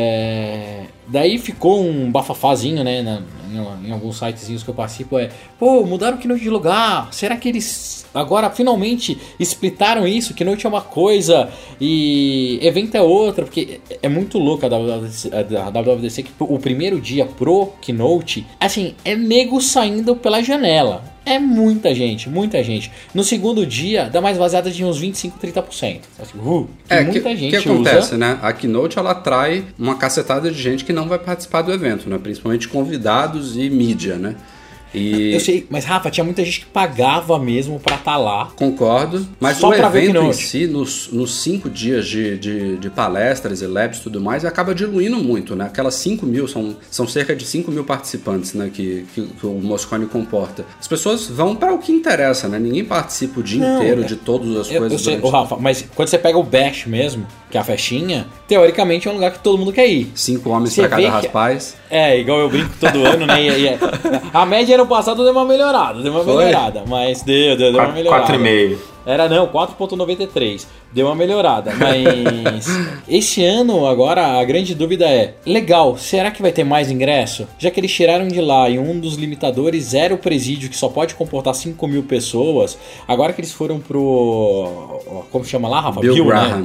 Daí ficou um bafafazinho, né, em alguns sitezinhos que eu participo, mudaram o Keynote de lugar, será que eles agora finalmente splitaram isso, Keynote é uma coisa e evento é outra, porque é muito louco a WWDC, que o primeiro dia pro Keynote, assim, é nego saindo pela janela. É muita gente, muita gente. No segundo dia, dá mais vazada de uns 25, 30%. Assim, muita gente usa. O que acontece, né? A Keynote, ela atrai uma cacetada de gente que não vai participar do evento, né? Principalmente convidados e mídia, né? Eu sei, mas Rafa, tinha muita gente que pagava mesmo pra estar lá. Concordo, mas só o pra evento em si, nos 5 dias de palestras e labs e tudo mais, acaba diluindo muito, né? Aquelas 5 mil, são cerca de 5 mil participantes, né, que o Moscone comporta. As pessoas vão para o que interessa, né? Ninguém participa o dia inteiro de todas as coisas. Eu sei, Rafa, mas quando você pega o Bash mesmo, que é a festinha, teoricamente é um lugar que todo mundo quer ir. 5 homens pra cada rapaz. Igual eu brinco todo ano, né? A média ano passado deu uma melhorada, mas deu uma melhorada. 4,5. Era 4,93. Deu uma melhorada, mas esse ano agora a grande dúvida é, legal, será que vai ter mais ingresso? Já que eles tiraram de lá e um dos limitadores era o presídio, que só pode comportar 5 mil pessoas, agora que eles foram pro... como chama lá, Rafa? Bill Graham.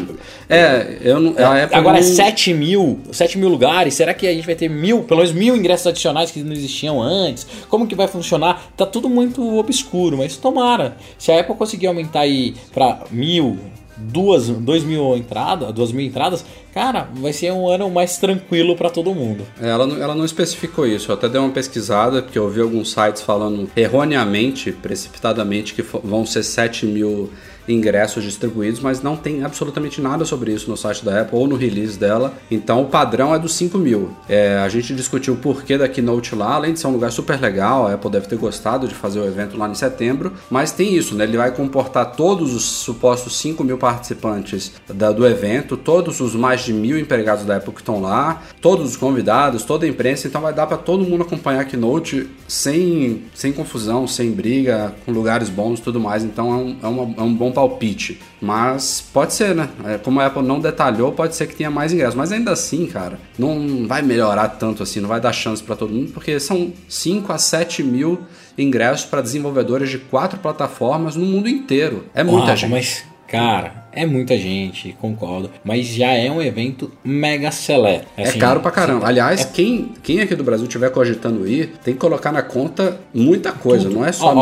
Né? Agora é 7 mil lugares, será que a gente vai ter pelo menos 1.000 ingressos adicionais que não existiam antes? Como que vai funcionar? Tá tudo muito obscuro, mas tomara. Se a Apple conseguir aumentar aí para 2.000 entradas, cara, vai ser um ano mais tranquilo pra todo mundo. Ela não especificou isso, eu até dei uma pesquisada, porque eu vi alguns sites falando erroneamente, precipitadamente, que vão ser 7 mil ingressos distribuídos, mas não tem absolutamente nada sobre isso no site da Apple ou no release dela, então o padrão é dos 5 mil. A gente discutiu o porquê da Keynote lá, além de ser um lugar super legal, a Apple deve ter gostado de fazer o evento lá em setembro, mas tem isso, né? Ele vai comportar todos os supostos 5 mil participantes do evento, todos os mais de 1.000 empregados da Apple que estão lá, todos os convidados, toda a imprensa, então vai dar para todo mundo acompanhar a Keynote sem confusão, sem briga, com lugares bons e tudo mais, então é um bom palpite, mas pode ser, né? Como a Apple não detalhou, pode ser que tenha mais ingressos, mas ainda assim, cara, não vai melhorar tanto assim, não vai dar chance para todo mundo, porque são 5 a 7 mil ingressos para desenvolvedores de 4 plataformas no mundo inteiro. É muita gente. Mas, cara, é muita gente, concordo, mas já é um evento mega seleto. Assim, é caro pra caramba. Aliás, quem aqui do Brasil tiver cogitando ir, tem que colocar na conta muita coisa, não é só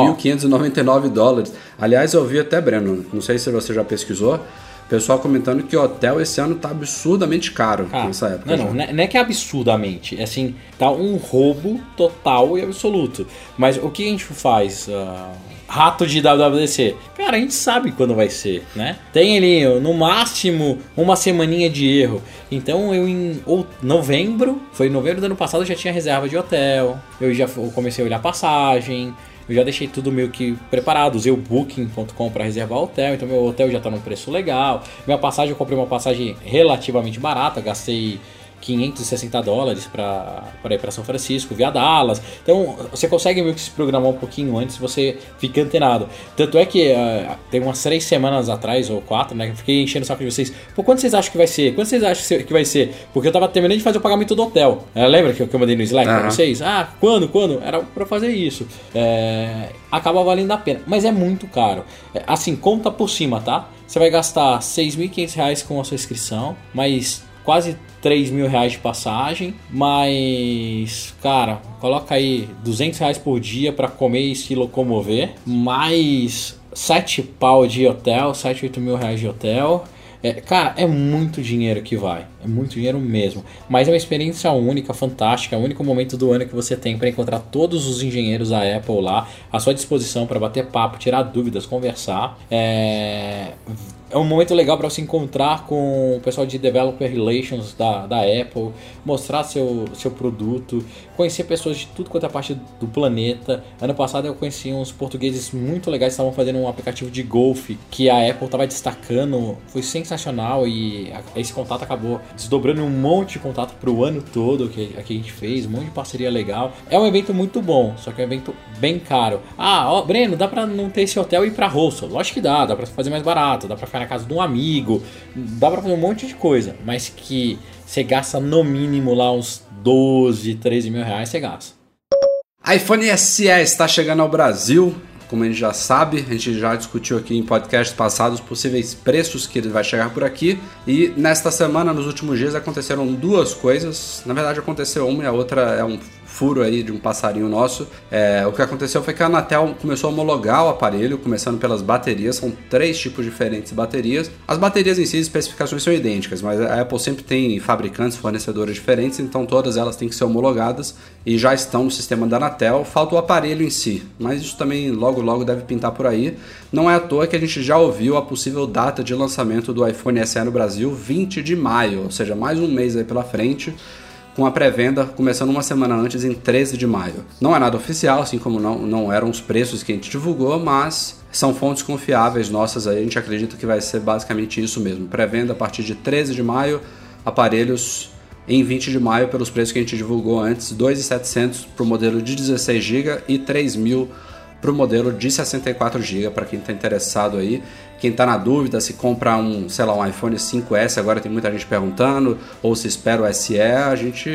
$1.599. Aliás, eu vi até, Breno, não sei se você já pesquisou, pessoal comentando que o hotel esse ano tá absurdamente caro nessa época. Não é que é absurdamente, é assim, tá um roubo total e absoluto. Mas o que a gente faz... rato de WWDC. Cara, a gente sabe quando vai ser, né? Tem ali, no máximo, uma semaninha de erro. Então eu em novembro do ano passado, eu já tinha reserva de hotel, eu comecei a olhar passagem, eu já deixei tudo meio que preparado, usei o Booking.com para reservar o hotel, então meu hotel já tá num preço legal. Minha passagem, eu comprei uma passagem relativamente barata, gastei $560 para ir para São Francisco, via Dallas. Então você consegue meio que se programar um pouquinho antes, você fica antenado. Tanto é que tem umas 3 semanas atrás, ou 4, né? Eu fiquei enchendo o saco de vocês. Pô, quando vocês acham que vai ser? Quando vocês acham que vai ser? Porque eu tava terminando de fazer o pagamento do hotel. Lembra que eu mandei no Slack pra vocês? Quando? Era para fazer isso. Acaba valendo a pena. Mas é muito caro. Assim, conta por cima, tá? Você vai gastar R$6.500 com a sua inscrição, mas quase R$3.000 de passagem, mas, cara, coloca aí R$200 por dia para comer e se locomover, mais 7 pau de hotel, 7, 8 mil reais de hotel. Cara, é muito dinheiro que vai, é muito dinheiro mesmo, mas é uma experiência única, fantástica, é o único momento do ano que você tem para encontrar todos os engenheiros da Apple lá à sua disposição para bater papo, tirar dúvidas, conversar. É um momento legal para você encontrar com o pessoal de Developer Relations da Apple, mostrar seu produto, conhecer pessoas de tudo quanto é parte do planeta. Ano passado eu conheci uns portugueses muito legais que estavam fazendo um aplicativo de golfe que a Apple estava destacando, foi sensacional, e esse contato acabou desdobrando um monte de contato para o ano todo que a gente fez, um monte de parceria legal. É um evento muito bom, só que é um evento bem caro. Breno, dá para não ter esse hotel e ir para Hostel? Lógico que dá para fazer mais barato, dá para ficar na casa de um amigo, dá pra fazer um monte de coisa, mas que você gasta no mínimo lá uns 12, 13 mil reais, você gasta. iPhone SE está chegando ao Brasil, como a gente já sabe, a gente já discutiu aqui em podcasts passados possíveis preços que ele vai chegar por aqui, e nesta semana, nos últimos dias, aconteceram 2 coisas. Na verdade aconteceu uma e a outra é um furo aí de um passarinho nosso. O que aconteceu foi que a Anatel começou a homologar o aparelho, começando pelas baterias. São 3 tipos diferentes de baterias. As baterias em si, as especificações são idênticas, mas a Apple sempre tem fabricantes, fornecedores diferentes, então todas elas têm que ser homologadas e já estão no sistema da Anatel. Falta o aparelho em si, mas isso também logo deve pintar por aí. Não é à toa que a gente já ouviu a possível data de lançamento do iPhone SE no Brasil, 20 de maio, ou seja, mais um mês aí pela frente, com a pré-venda começando uma semana antes, em 13 de maio. Não é nada oficial, assim como não eram os preços que a gente divulgou, mas são fontes confiáveis nossas aí, a gente acredita que vai ser basicamente isso mesmo. Pré-venda a partir de 13 de maio, aparelhos em 20 de maio pelos preços que a gente divulgou antes, 2.700 para o modelo de 16 GB e 3.000 para o modelo de 64 GB, para quem está interessado aí. Quem está na dúvida se compra um iPhone 5S, agora tem muita gente perguntando, ou se espera o SE, a gente,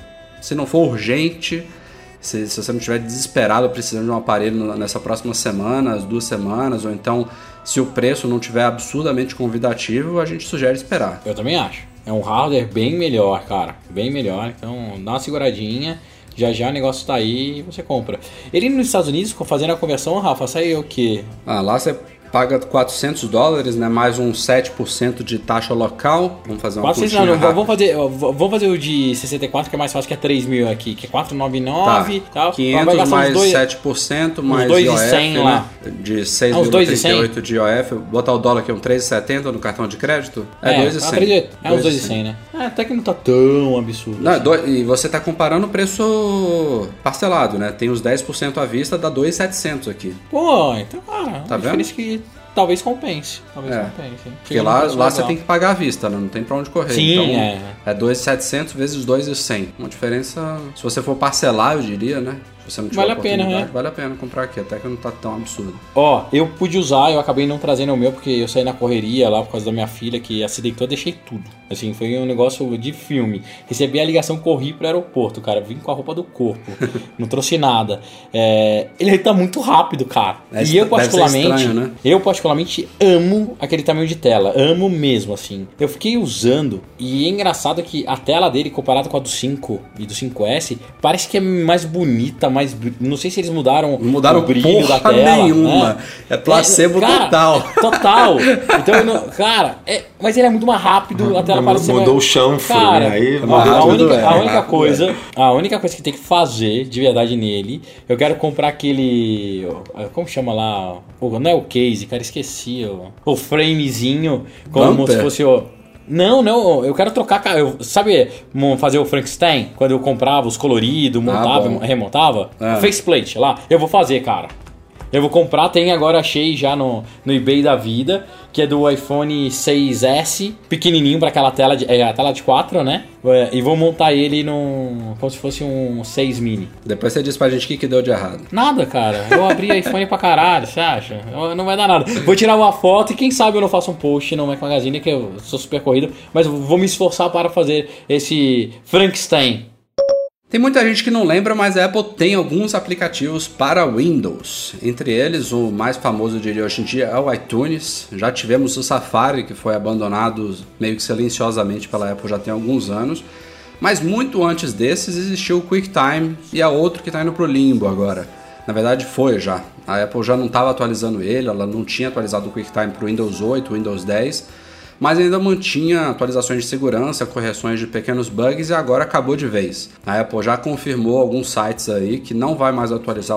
se não for urgente, se você não estiver desesperado precisando de um aparelho nessa próxima semana, as 2 semanas, ou então se o preço não estiver absurdamente convidativo, a gente sugere esperar. Eu também acho. É um hardware bem melhor, cara, bem melhor, então dá uma seguradinha. Já o negócio tá aí e você compra. Ele nos Estados Unidos, fazendo a conversão, Rafa, saiu o quê? Lá você paga $400, né? Mais uns 7% de taxa local. Vamos fazer uma Quase continha não, rápida. vamos fazer o de 64, que é mais fácil, que é 3 mil aqui, que é 499 e tal. 500 mais 7%, mais 2.100 IOF, lá. né? De Uns 6,38 de IOF. Botar o dólar aqui, um 3,70 no cartão de crédito? É 2,100. É uns 2.100, né? Até que não tá tão absurdo. Não, assim. E você tá comparando o preço parcelado, né? Tem os 10% à vista, dá 2,700 aqui. Pô, então, cara, Tá vendo? diferença que talvez compense. Talvez compense. Hein? Porque lá você tem que pagar à vista, né? Não tem pra onde correr. Sim, então, é 2.700 vezes 2.100. Uma diferença, se você for parcelar, eu diria, né? Se você não tiver Vale a pena, oportunidade, né? vale a pena comprar aqui, até que não tá tão absurdo. Ó, eu pude usar, eu acabei não trazendo o meu, porque eu saí na correria lá por causa da minha filha, que acidentou, eu deixei tudo. Assim, foi um negócio de filme. Recebi a ligação, corri pro aeroporto, cara. Vim com a roupa do corpo. Não trouxe nada. Ele tá muito rápido, cara. E eu particularmente, estranho, né? eu particularmente amo aquele tamanho de tela. Amo mesmo, assim. Eu fiquei usando, e é engraçado que a tela dele, comparada com a do 5 e do 5S, parece que é mais bonita, não sei se eles mudaram o brilho da tela. Nenhuma. Né? É placebo cara, total. Total. Então, cara, mas ele é muito mais rápido, a tela parece ser Mudou o chanfro, cara, né? Aí, a única coisa que tem que fazer de verdade nele, eu quero comprar aquele, como chama lá? Não é o case, cara, esqueci. O framezinho, como Bumper. se fosse Não, eu quero trocar. Sabe fazer o Frankenstein? Quando eu comprava os coloridos, montava, remontava? Faceplate lá. Eu vou fazer, cara. Eu vou comprar, agora achei já no eBay da vida, que é do iPhone 6S, pequenininho para aquela tela a tela de 4, né? E vou montar ele como se fosse um 6 mini. Depois você diz pra gente o que deu de errado. Nada, cara. Eu abri iPhone pra caralho, você acha? Não vai dar nada. Vou tirar uma foto e quem sabe eu não faço um post no Mac Magazine, que eu sou super corrido, mas vou me esforçar para fazer esse Frankenstein. Tem muita gente que não lembra, mas a Apple tem alguns aplicativos para Windows. Entre eles, o mais famoso, eu diria, hoje em dia é o iTunes. Já tivemos o Safari, que foi abandonado meio que silenciosamente pela Apple já tem alguns anos. Mas muito antes desses existiu o QuickTime e há outro que está indo para o limbo agora. Na verdade foi já. A Apple já não estava atualizando ele, ela não tinha atualizado o QuickTime para o Windows 8, Windows 10... mas ainda mantinha atualizações de segurança, correções de pequenos bugs e agora acabou de vez. A Apple já confirmou alguns sites aí que não vai mais atualizar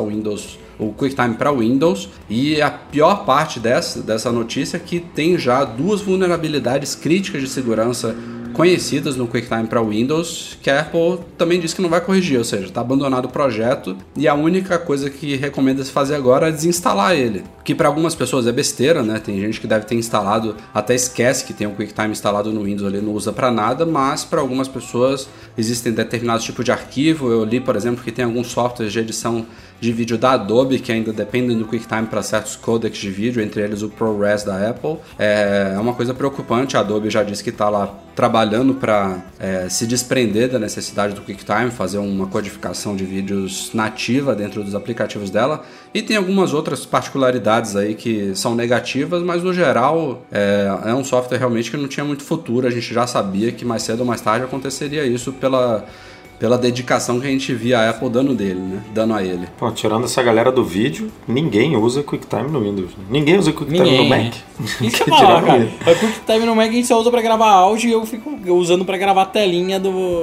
o QuickTime para Windows, e a pior parte dessa notícia é que tem já 2 vulnerabilidades críticas de segurança conhecidas no QuickTime para Windows, que a Apple também disse que não vai corrigir, ou seja, está abandonado o projeto e a única coisa que recomenda se fazer agora é desinstalar ele, que para algumas pessoas é besteira, né? Tem gente que deve ter instalado, até esquece que tem o QuickTime instalado no Windows, ele não usa para nada, mas para algumas pessoas existem determinados tipos de arquivo. Eu li, por exemplo, que tem alguns softwares de edição de vídeo da Adobe que ainda dependem do QuickTime para certos codecs de vídeo, entre eles o ProRes da Apple. É uma coisa preocupante. A Adobe já disse que está lá trabalhando para se desprender da necessidade do QuickTime, fazer uma codificação de vídeos nativa dentro dos aplicativos dela, e tem algumas outras particularidades aí que são negativas, mas no geral é um software realmente que não tinha muito futuro. A gente já sabia que mais cedo ou mais tarde aconteceria isso pela dedicação que a gente via a Apple dando a ele. Pô, tirando essa galera do vídeo, ninguém usa QuickTime no Windows. Ninguém usa QuickTime no Mac. Isso que eu falar, cara. O QuickTime no Mac a gente só usa pra gravar áudio e eu fico usando pra gravar a telinha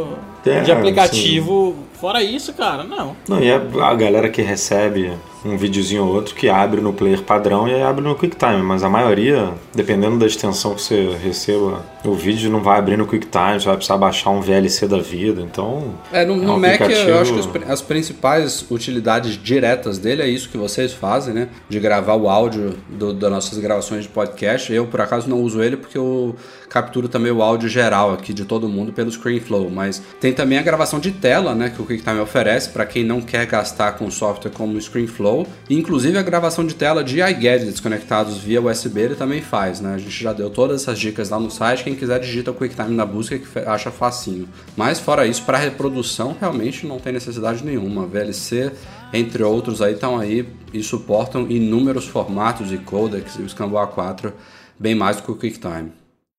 de aplicativo. Sim. Fora isso, cara, não. E a galera que recebe um videozinho ou outro que abre no player padrão e abre no QuickTime, mas a maioria, dependendo da extensão que você receba, o vídeo não vai abrir no QuickTime, você vai precisar baixar um VLC da vida, então... No Mac eu acho que as principais utilidades diretas dele é isso que vocês fazem, né? De gravar o áudio das nossas gravações de podcast. Eu, por acaso, não uso ele porque eu capturo também o áudio geral aqui de todo mundo pelo ScreenFlow, mas tem também a gravação de tela, né, que o QuickTime oferece para quem não quer gastar com software como o ScreenFlow, e inclusive a gravação de tela de iGadgets conectados via USB ele também faz, né? A gente já deu todas essas dicas lá no site, quem quiser digita o QuickTime na busca que acha facinho. Mas fora isso, para reprodução realmente não tem necessidade nenhuma. VLC, entre outros, estão aí e suportam inúmeros formatos e codecs, e o Scambo A4 bem mais do que o QuickTime.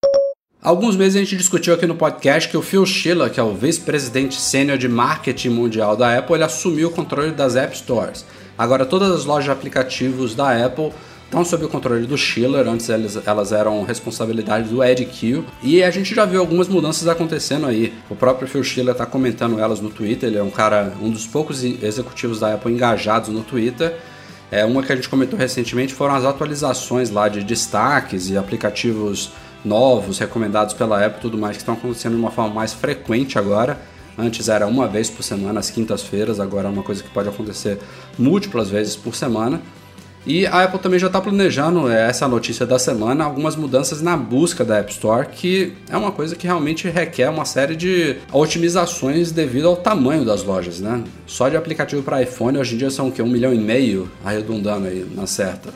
Há alguns meses a gente discutiu aqui no podcast que o Phil Schiller, que é o vice-presidente sênior de marketing mundial da Apple, ele assumiu o controle das App Stores. Agora todas as lojas de aplicativos da Apple estão sob o controle do Schiller. Antes elas eram responsabilidade do Ed Kill, e a gente já viu algumas mudanças acontecendo aí. O próprio Phil Schiller está comentando elas no Twitter. Ele é um dos poucos executivos da Apple engajados no Twitter. Uma que a gente comentou recentemente foram as atualizações lá de destaques e aplicativos novos recomendados pela Apple e tudo mais, que estão acontecendo de uma forma mais frequente agora. Antes era uma vez por semana, às quintas-feiras, agora é uma coisa que pode acontecer múltiplas vezes por semana. E a Apple também já está planejando, essa notícia da semana, algumas mudanças na busca da App Store, que é uma coisa que realmente requer uma série de otimizações devido ao tamanho das lojas, né? Só de aplicativo para iPhone hoje em dia são o quê? 1,5 milhão, arredondando aí na certa.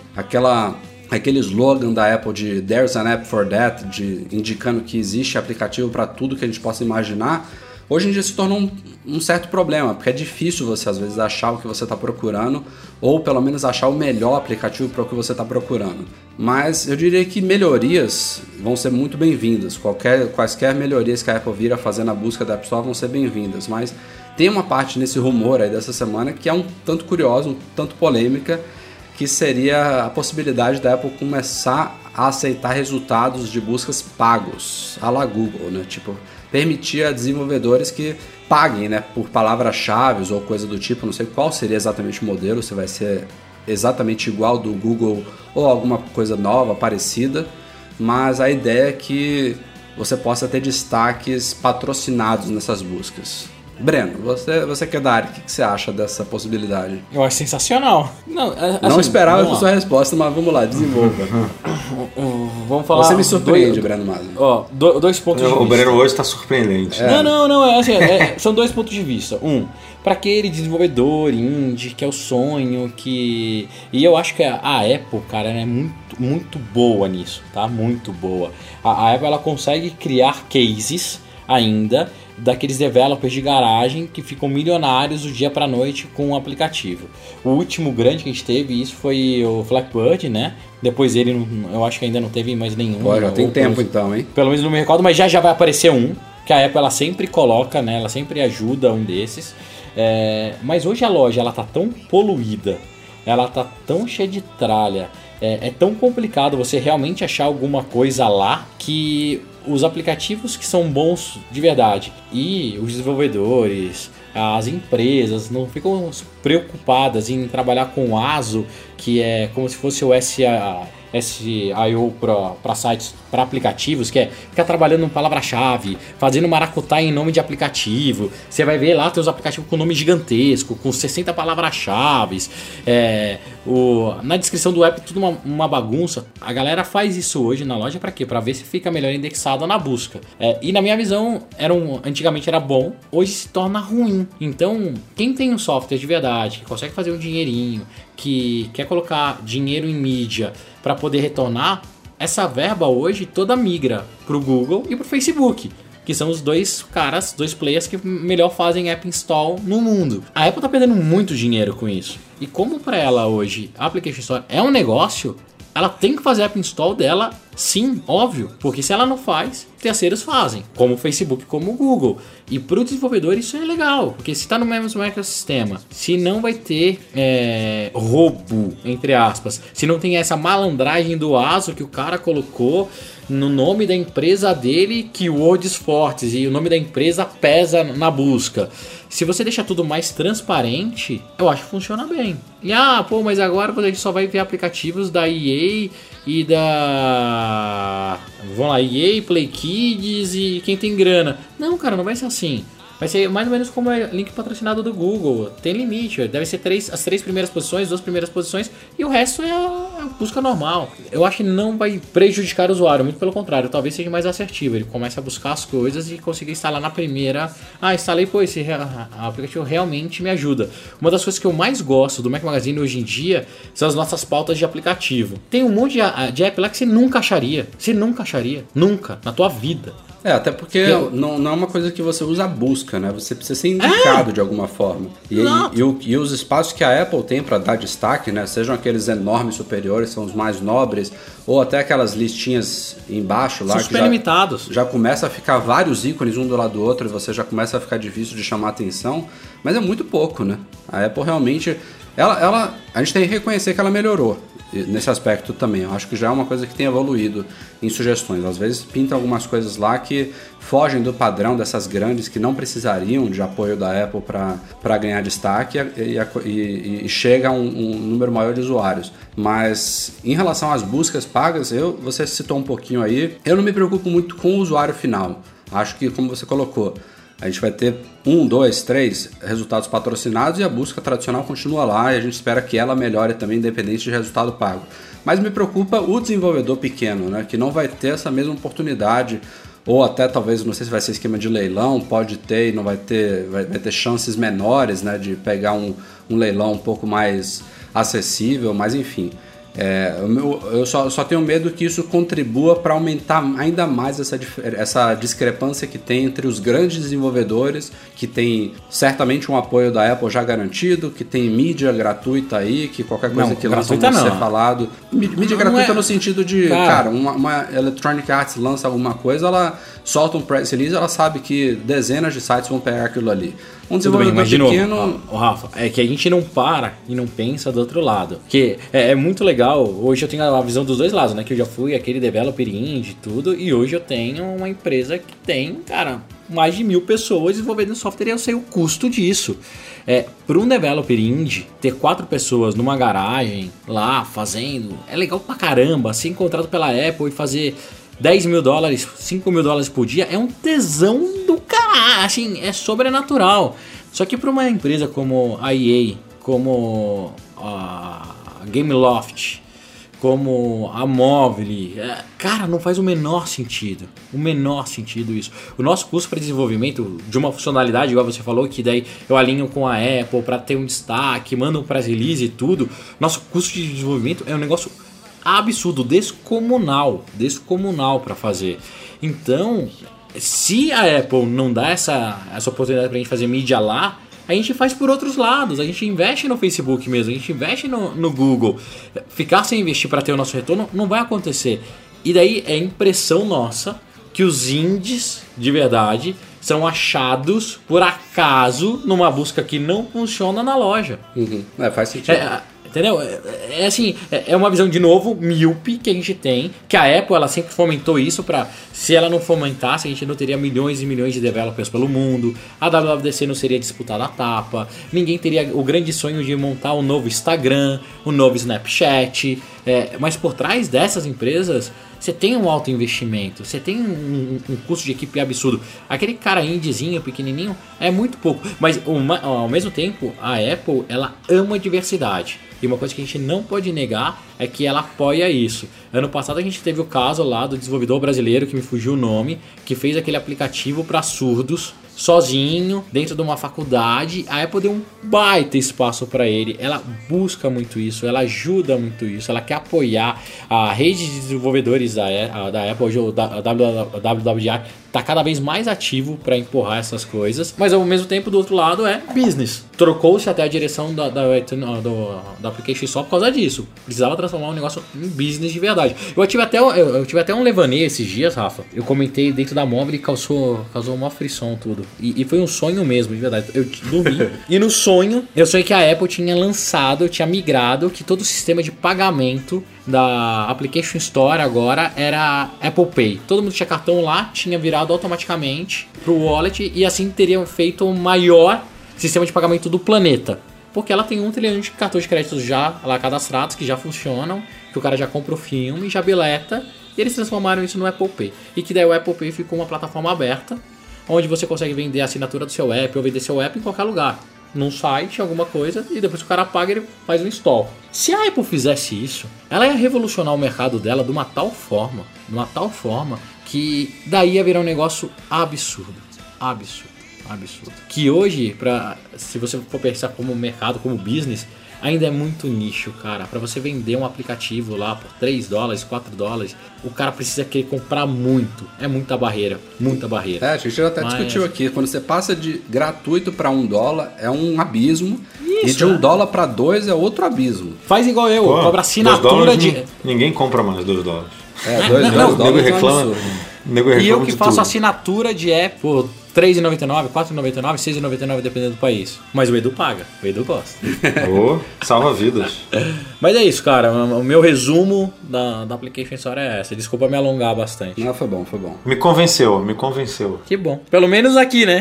Aquele slogan da Apple de There's an app for that, indicando que existe aplicativo para tudo que a gente possa imaginar, hoje em dia se tornou um certo problema, porque é difícil você às vezes achar o que você está procurando, ou pelo menos achar o melhor aplicativo para o que você está procurando. Mas eu diria que melhorias vão ser muito bem-vindas. Quaisquer melhorias que a Apple vir a fazer na busca da App Store vão ser bem-vindas, mas tem uma parte nesse rumor aí dessa semana que é um tanto curiosa, um tanto polêmica, que seria a possibilidade da Apple começar a aceitar resultados de buscas pagos, à la Google, né? Tipo, permitir a desenvolvedores que paguem, né, por palavras-chave ou coisa do tipo. Não sei qual seria exatamente o modelo, se vai ser exatamente igual do Google ou alguma coisa nova, parecida, mas a ideia é que você possa ter destaques patrocinados nessas buscas. Breno, você que é da área, o que você acha dessa possibilidade? Eu acho sensacional. Não esperava a sua resposta, mas vamos lá, desenvolva. Vamos falar. Você me surpreende, Breno Mazzi. Ó, dois pontos de vista. O Breno hoje está surpreendente. Não, são dois pontos de vista. Para aquele desenvolvedor indie, que é o sonho, E eu acho que a Apple, cara, é muito boa nisso, tá? Muito boa. A Apple, ela consegue criar cases ainda daqueles developers de garagem que ficam milionários do dia pra noite com o aplicativo. O último grande que a gente teve isso foi o Blackbird, né? Depois ele, eu acho que ainda não teve mais nenhum. Pô, já tem tempo então, hein? Pelo menos não me recordo, mas já vai aparecer um, que a Apple ela sempre coloca, né? Ela sempre ajuda um desses. Mas hoje a loja ela tá tão poluída, ela tá tão cheia de tralha, é tão complicado você realmente achar alguma coisa lá que os aplicativos que são bons de verdade e os desenvolvedores, as empresas não ficam preocupadas em trabalhar com o ASO, que é como se fosse o SEO para sites, para aplicativos, que é ficar trabalhando em palavra-chave, fazendo maracutá em nome de aplicativo. Você vai ver lá teus aplicativos com nome gigantesco, com 60 palavras-chave. Na descrição do app tudo uma bagunça. A galera faz isso hoje na loja para quê? Para ver se fica melhor indexada na busca. E na minha visão, antigamente era bom, hoje se torna ruim. Então, quem tem um software de verdade, que consegue fazer um dinheirinho, que quer colocar dinheiro em mídia para poder retornar, essa verba hoje toda migra pro Google e pro Facebook, que são os dois players que melhor fazem app install no mundo. A Apple tá perdendo muito dinheiro com isso. E como para ela hoje a Application Store é um negócio, ela tem que fazer a app install dela, sim, óbvio, porque se ela não faz, terceiros fazem, como o Facebook, como o Google. E para o desenvolvedor isso é legal, porque se está no mesmo ecossistema, se não vai ter roubo, entre aspas, se não tem essa malandragem do ASO que o cara colocou no nome da empresa dele, keywords fortes, e o nome da empresa pesa na busca. Se você deixar tudo mais transparente, eu acho que funciona bem. E mas agora a gente só vai ver aplicativos da EA e da... Vamos lá, EA, Play Kids e quem tem grana. Não, cara, não vai ser assim. Vai ser mais ou menos como é link patrocinado do Google. Tem limite, deve ser as 3 primeiras posições, 2 primeiras posições, e o resto é a busca normal. Eu acho que não vai prejudicar o usuário, muito pelo contrário, talvez seja mais assertivo. Ele começa a buscar as coisas e conseguir instalar na primeira. Instalei, esse aplicativo realmente me ajuda. Uma das coisas que eu mais gosto do Mac Magazine hoje em dia são as nossas pautas de aplicativo. Tem um monte de app lá que você nunca acharia. Nunca, na tua vida. Até porque não é uma coisa que você usa a busca, né? Você precisa ser indicado de alguma forma. E os espaços que a Apple tem para dar destaque, né? Sejam aqueles enormes superiores, são os mais nobres, ou até aquelas listinhas embaixo lá, super limitados. Já começa a ficar vários ícones um do lado do outro e você já começa a ficar difícil de chamar atenção, mas é muito pouco, né? A Apple realmente a gente tem que reconhecer que ela melhorou nesse aspecto também. Eu acho que já é uma coisa que tem evoluído em sugestões. Às vezes pintam algumas coisas lá que fogem do padrão dessas grandes que não precisariam de apoio da Apple para ganhar destaque e chega a um número maior de usuários. Mas em relação às buscas pagas, você citou um pouquinho aí, eu não me preocupo muito com o usuário final. Acho que, como você colocou, a gente vai ter 1, 2, 3 resultados patrocinados e a busca tradicional continua lá e a gente espera que ela melhore também, independente de resultado pago. Mas me preocupa o desenvolvedor pequeno, né, que não vai ter essa mesma oportunidade, ou até talvez, não sei se vai ser esquema de leilão, pode ter e não vai ter chances menores, né, de pegar um leilão um pouco mais acessível, mas enfim. Eu só tenho medo que isso contribua para aumentar ainda mais essa discrepância que tem entre os grandes desenvolvedores, que tem certamente um apoio da Apple já garantido, que tem mídia gratuita aí, que qualquer coisa que lança vai ser falado. Mídia gratuita no sentido de, cara, uma Electronic Arts lança alguma coisa, ela solta um press release, ela sabe que dezenas de sites vão pegar aquilo ali. Um desenvolvedor pequeno... Rafa, é que a gente não para e não pensa do outro lado. Porque é muito legal, hoje eu tenho a visão dos dois lados, né? Que eu já fui aquele developer indie e tudo, e hoje eu tenho uma empresa que tem, cara, mais de 1.000 pessoas desenvolvendo software e eu sei o custo disso. Para um developer indie, ter 4 pessoas numa garagem lá fazendo, é legal pra caramba. Ser contratado pela Apple e fazer $10 mil, $5 mil por dia é um tesão do caralho, assim, é sobrenatural. Só que para uma empresa como a EA, como a Gameloft, como a Mobile, cara, não faz o menor sentido isso. O nosso custo para desenvolvimento de uma funcionalidade, igual você falou, que daí eu alinho com a Apple para ter um destaque, mando para as release e tudo, nosso custo de desenvolvimento é um negócio absurdo, descomunal para fazer. Então, se a Apple não dá essa oportunidade pra gente fazer mídia lá, a gente faz por outros lados, a gente investe no Facebook mesmo, a gente investe no Google. Ficar sem investir para ter o nosso retorno não vai acontecer. E daí é impressão nossa que os indies de verdade são achados por acaso numa busca que não funciona na loja. Uhum. Faz sentido. Entendeu? Assim, é uma visão, de novo, míope que a gente tem, que a Apple, ela sempre fomentou isso se ela não fomentasse, a gente não teria milhões e milhões de developers pelo mundo, a WWDC não seria disputada a tapa, ninguém teria o grande sonho de montar um novo Instagram, um novo Snapchat, mas por trás dessas empresas, você tem um alto investimento, você tem um custo de equipe absurdo. Aquele cara indiezinho, pequenininho, é muito pouco, mas ao mesmo tempo, a Apple, ela ama a diversidade. E uma coisa que a gente não pode negar é que ela apoia isso. Ano passado a gente teve o caso lá do desenvolvedor brasileiro, que me fugiu o nome, que fez aquele aplicativo para surdos, sozinho, dentro de uma faculdade. A Apple deu um baita espaço para ele. Ela busca muito isso, ela ajuda muito isso, ela quer apoiar a rede de desenvolvedores da Apple. Hoje o WWDA está cada vez mais ativo para empurrar essas coisas, mas ao mesmo tempo, do outro lado, é business. Trocou-se até a direção da Application só por causa disso. Precisava transformar um negócio em business de verdade. Eu tive até um levaneio esses dias, Rafa. Eu comentei dentro da móvel e causou uma frição tudo. E foi um sonho mesmo, de verdade. Eu dormi. E no sonho, eu sonhei que a Apple tinha migrado, que todo o sistema de pagamento da Application Store agora era Apple Pay. Todo mundo tinha cartão lá, tinha virado automaticamente pro wallet e assim teria feito o maior sistema de pagamento do planeta. Porque ela tem 1 trilhão de cartões de crédito já lá cadastrados, que já funcionam, que o cara já compra o filme, já bileta, e eles transformaram isso no Apple Pay. E que daí o Apple Pay ficou uma plataforma aberta, onde você consegue vender a assinatura do seu app ou vender seu app em qualquer lugar. Num site, alguma coisa, e depois que o cara paga, ele faz um install. Se a Apple fizesse isso, ela ia revolucionar o mercado dela de uma tal forma, que daí ia virar um negócio absurdo. Que hoje, se você for pensar como mercado, como business, ainda é muito nicho, cara. Pra você vender um aplicativo lá por $3, $4, o cara precisa querer comprar muito. É muita barreira. A gente já até discutiu aqui. Quando você passa de gratuito pra $1, é um abismo. Isso, e de $1 pra $2 é outro abismo. Faz igual eu, cobra assinatura de... Ninguém compra mais $2. $2 nego reclama. E eu que faço assinatura de Apple R$3,99, R$4,99, R$6,99, dependendo do país. Mas o Edu paga, o Edu gosta. Ô, salva vidas. Mas é isso, cara. O meu resumo da Application Store é essa. Desculpa me alongar bastante. Não, foi bom, foi bom. Me convenceu. Que bom. Pelo menos aqui, né?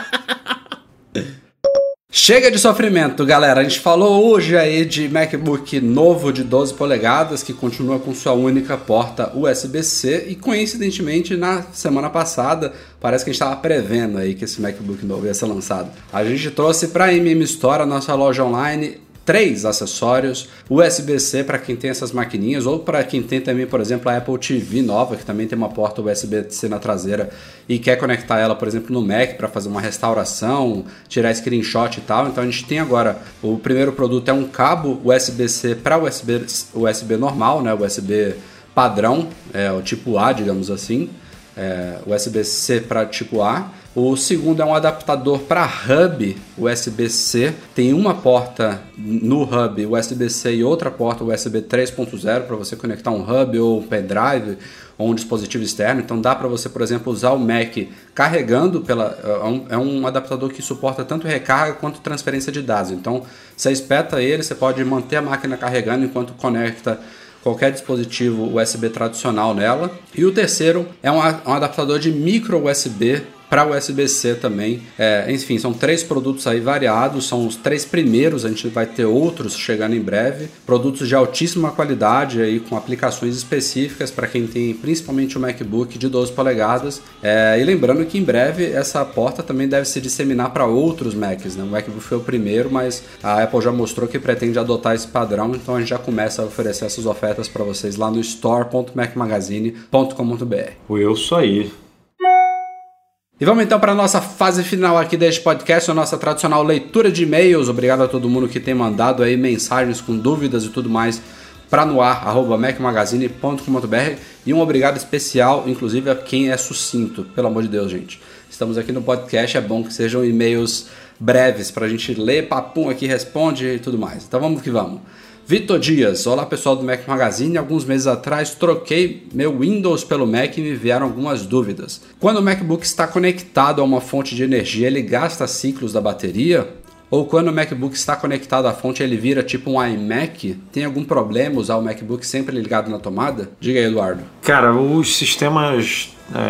Chega de sofrimento, galera. A gente falou hoje aí de MacBook novo de 12 polegadas que continua com sua única porta USB-C e coincidentemente na semana passada parece que a gente estava prevendo aí que esse MacBook novo ia ser lançado. A gente trouxe para a MM Store, a nossa loja online, 3 acessórios, USB-C para quem tem essas maquininhas ou para quem tem também, por exemplo, a Apple TV nova, que também tem uma porta USB-C na traseira e quer conectar ela, por exemplo, no Mac para fazer uma restauração, tirar screenshot e tal. Então a gente tem agora, o primeiro produto é um cabo USB-C para USB normal, né? USB padrão, o tipo A, digamos assim, USB-C para tipo A. O segundo é um adaptador para hub USB-C, tem uma porta no hub USB-C e outra porta USB 3.0 para você conectar um hub ou um pendrive ou um dispositivo externo. Então dá para você, por exemplo, usar o Mac carregando é um adaptador que suporta tanto recarga quanto transferência de dados. Então você espeta ele, você pode manter a máquina carregando enquanto conecta qualquer dispositivo USB tradicional nela. E o terceiro é um adaptador de micro USB para USB-C também. Enfim, são 3 produtos aí variados, são os 3 primeiros, a gente vai ter outros chegando em breve, produtos de altíssima qualidade aí, com aplicações específicas para quem tem principalmente o MacBook de 12 polegadas, e lembrando que em breve essa porta também deve se disseminar para outros Macs, né? O MacBook foi o primeiro, mas a Apple já mostrou que pretende adotar esse padrão, então a gente já começa a oferecer essas ofertas para vocês lá no store.macmagazine.com.br. Eu sou aí. E vamos então para a nossa fase final aqui deste podcast, a nossa tradicional leitura de e-mails. Obrigado a todo mundo que tem mandado aí mensagens com dúvidas e tudo mais para noar@macmagazine.com.br e um obrigado especial, inclusive, a quem é sucinto. Pelo amor de Deus, gente. Estamos aqui no podcast, é bom que sejam e-mails breves para a gente ler, papum aqui, responde e tudo mais. Então vamos que vamos. Vitor Dias, olá pessoal do Mac Magazine, alguns meses atrás troquei meu Windows pelo Mac e me vieram algumas dúvidas. Quando o MacBook está conectado a uma fonte de energia, ele gasta ciclos da bateria? Ou quando o MacBook está conectado à fonte, ele vira tipo um iMac? Tem algum problema usar o MacBook sempre ligado na tomada? Diga aí, Eduardo. Cara, os sistemas...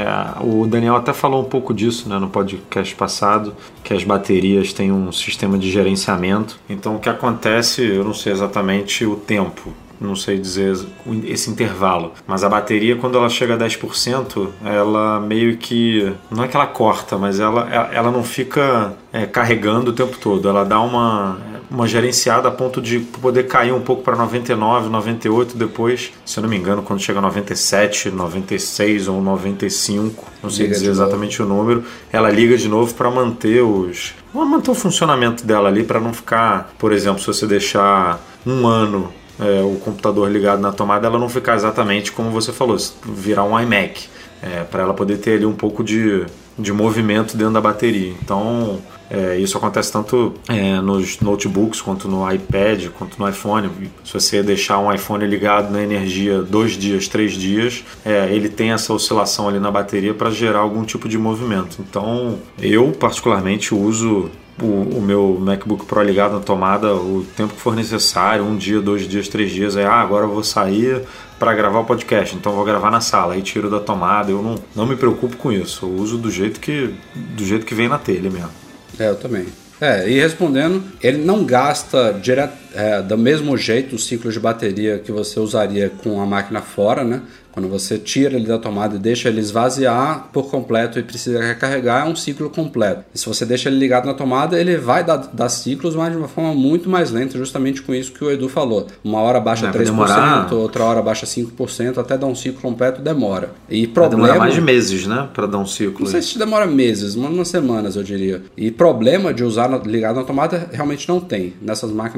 o Daniel até falou um pouco disso, né, no podcast passado, que as baterias têm um sistema de gerenciamento. Então o que acontece, eu não sei exatamente o tempo, não sei dizer esse intervalo, mas a bateria, quando ela chega a 10%, ela meio que, não é que ela corta, mas ela não fica carregando o tempo todo, ela dá uma gerenciada a ponto de poder cair um pouco para 99, 98 depois, se eu não me engano, quando chega a 97, 96 ou 95, não sei dizer exatamente o número, ela liga de novo para manter o funcionamento dela ali, para não ficar, por exemplo, se você deixar um ano o computador ligado na tomada, ela não ficar exatamente como você falou, virar um iMac, para ela poder ter ali um pouco de movimento dentro da bateria. Então isso acontece tanto nos notebooks quanto no iPad, quanto no iPhone. Se você deixar um iPhone ligado na energia 2 dias, 3 dias, ele tem essa oscilação ali na bateria para gerar algum tipo de movimento. Então eu particularmente uso o meu MacBook Pro ligado na tomada o tempo que for necessário, 1 dia, 2 dias, 3 dias, agora eu vou sair para gravar o podcast, então eu vou gravar na sala, aí tiro da tomada, eu não me preocupo com isso, eu uso do jeito que vem na telha mesmo. Eu também. E respondendo, ele não gasta do mesmo jeito o ciclo de bateria que você usaria com a máquina fora, né? Quando você tira ele da tomada e deixa ele esvaziar por completo e precisa recarregar, é um ciclo completo. E se você deixa ele ligado na tomada, ele vai dar ciclos, mas de uma forma muito mais lenta, justamente com isso que o Edu falou. Uma hora baixa 3%, outra hora baixa 5%, até dar um ciclo completo demora. E problema... Vai demorar mais de meses, né? Para dar um ciclo. Não sei se demora meses, umas semanas, eu diria. E problema de usar ligado na tomada realmente não tem. Nessas máquinas atuais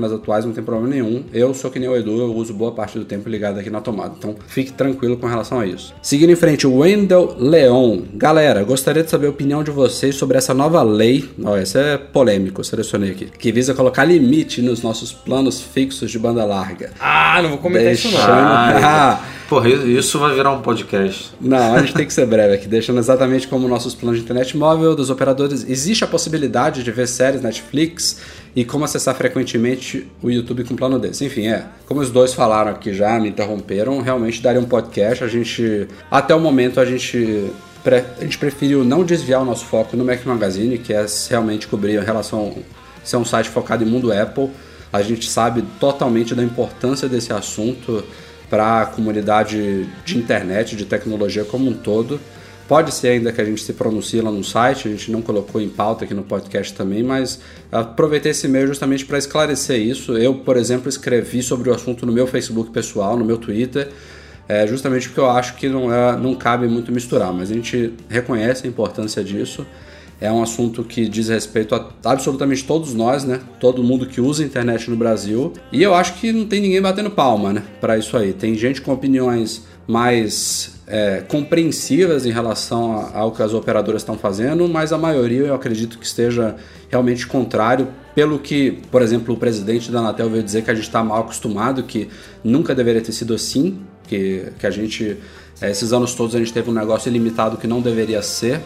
não tem problema nenhum. Eu sou que nem o Edu, eu uso boa parte do tempo ligado aqui na tomada. Então fique tranquilo com relação a isso. Seguindo em frente, o Wendel Leon. Galera, gostaria de saber a opinião de vocês sobre essa nova lei. Essa é polêmico, eu selecionei aqui. Que visa colocar limite nos nossos planos fixos de banda larga. Não vou comentar isso não. Porra, isso vai virar um podcast. Não, a gente tem que ser breve aqui, deixando exatamente como nossos planos de internet móvel dos operadores. Existe a possibilidade de ver séries Netflix e como acessar frequentemente o YouTube com um plano desse. Enfim, como os dois falaram aqui já, me interromperam, realmente daria um podcast. Até o momento, a gente preferiu não desviar o nosso foco no Mac Magazine, que é realmente cobrir em relação a ser um site focado em mundo Apple. A gente sabe totalmente da importância desse assunto para a comunidade de internet, de tecnologia como um todo. Pode ser ainda que a gente se pronuncie lá no site, a gente não colocou em pauta aqui no podcast também, mas aproveitei esse meio justamente para esclarecer isso. Eu, por exemplo, escrevi sobre o assunto no meu Facebook pessoal, no meu Twitter, justamente porque eu acho que não cabe muito misturar, mas a gente reconhece a importância disso. É um assunto que diz respeito a absolutamente todos nós, né? Todo mundo que usa a internet no Brasil. E eu acho que não tem ninguém batendo palma, né? Para isso aí. Tem gente com opiniões mais compreensivas em relação ao que as operadoras estão fazendo, mas a maioria eu acredito que esteja realmente contrário, pelo que, por exemplo, o presidente da Anatel veio dizer que a gente está mal acostumado, que nunca deveria ter sido assim, que a gente, esses anos todos a gente teve um negócio ilimitado que não deveria ser.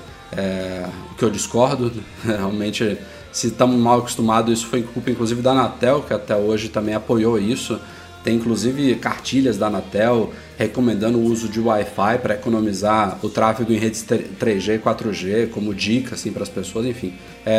O que eu discordo, realmente, se estamos mal acostumados, isso foi culpa inclusive da Anatel, que até hoje também apoiou isso. Tem inclusive cartilhas da Anatel recomendando o uso de Wi-Fi para economizar o tráfego em redes 3G e 4G, como dica assim, para as pessoas, enfim.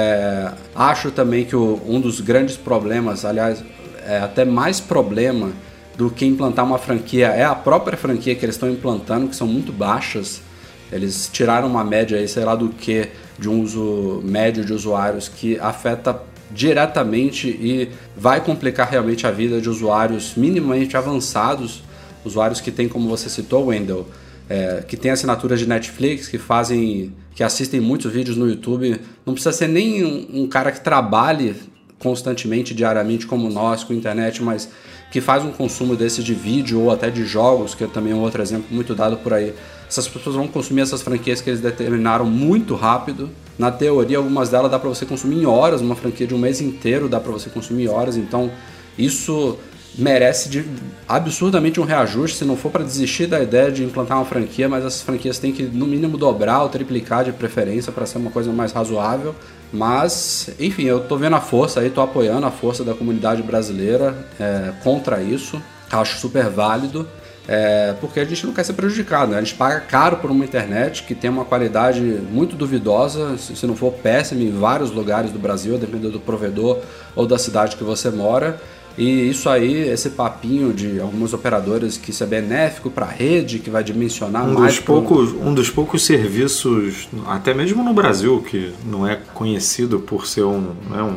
Acho também que um dos grandes problemas, aliás, até mais problema do que implantar uma franquia, é a própria franquia que eles estão implantando, que são muito baixas. Eles tiraram uma média aí, sei lá do que, de um uso médio de usuários que afeta diretamente e vai complicar realmente a vida de usuários minimamente avançados, usuários que tem, como você citou, Wendel, que tem assinaturas de Netflix, que assistem muitos vídeos no YouTube. Não precisa ser nem um cara que trabalhe constantemente, diariamente, como nós, com internet, mas que faz um consumo desse de vídeo ou até de jogos, que é também um outro exemplo muito dado por aí. Essas pessoas vão consumir essas franquias que eles determinaram muito rápido. Na teoria, algumas delas dá para você consumir em horas, uma franquia de um mês inteiro dá para você consumir em horas, então isso merece absurdamente um reajuste, se não for para desistir da ideia de implantar uma franquia, mas essas franquias têm que no mínimo dobrar ou triplicar de preferência para ser uma coisa mais razoável. Mas, enfim, eu tô vendo a força aí, tô apoiando a força da comunidade brasileira contra isso, acho super válido. Porque a gente não quer ser prejudicado, né? A gente paga caro por uma internet que tem uma qualidade muito duvidosa, se não for péssima, em vários lugares do Brasil, dependendo do provedor ou da cidade que você mora. E isso aí, esse papinho de algumas operadoras que isso é benéfico para a rede, que vai dimensionar mais... Um dos poucos serviços, até mesmo no Brasil, que não é conhecido por ser um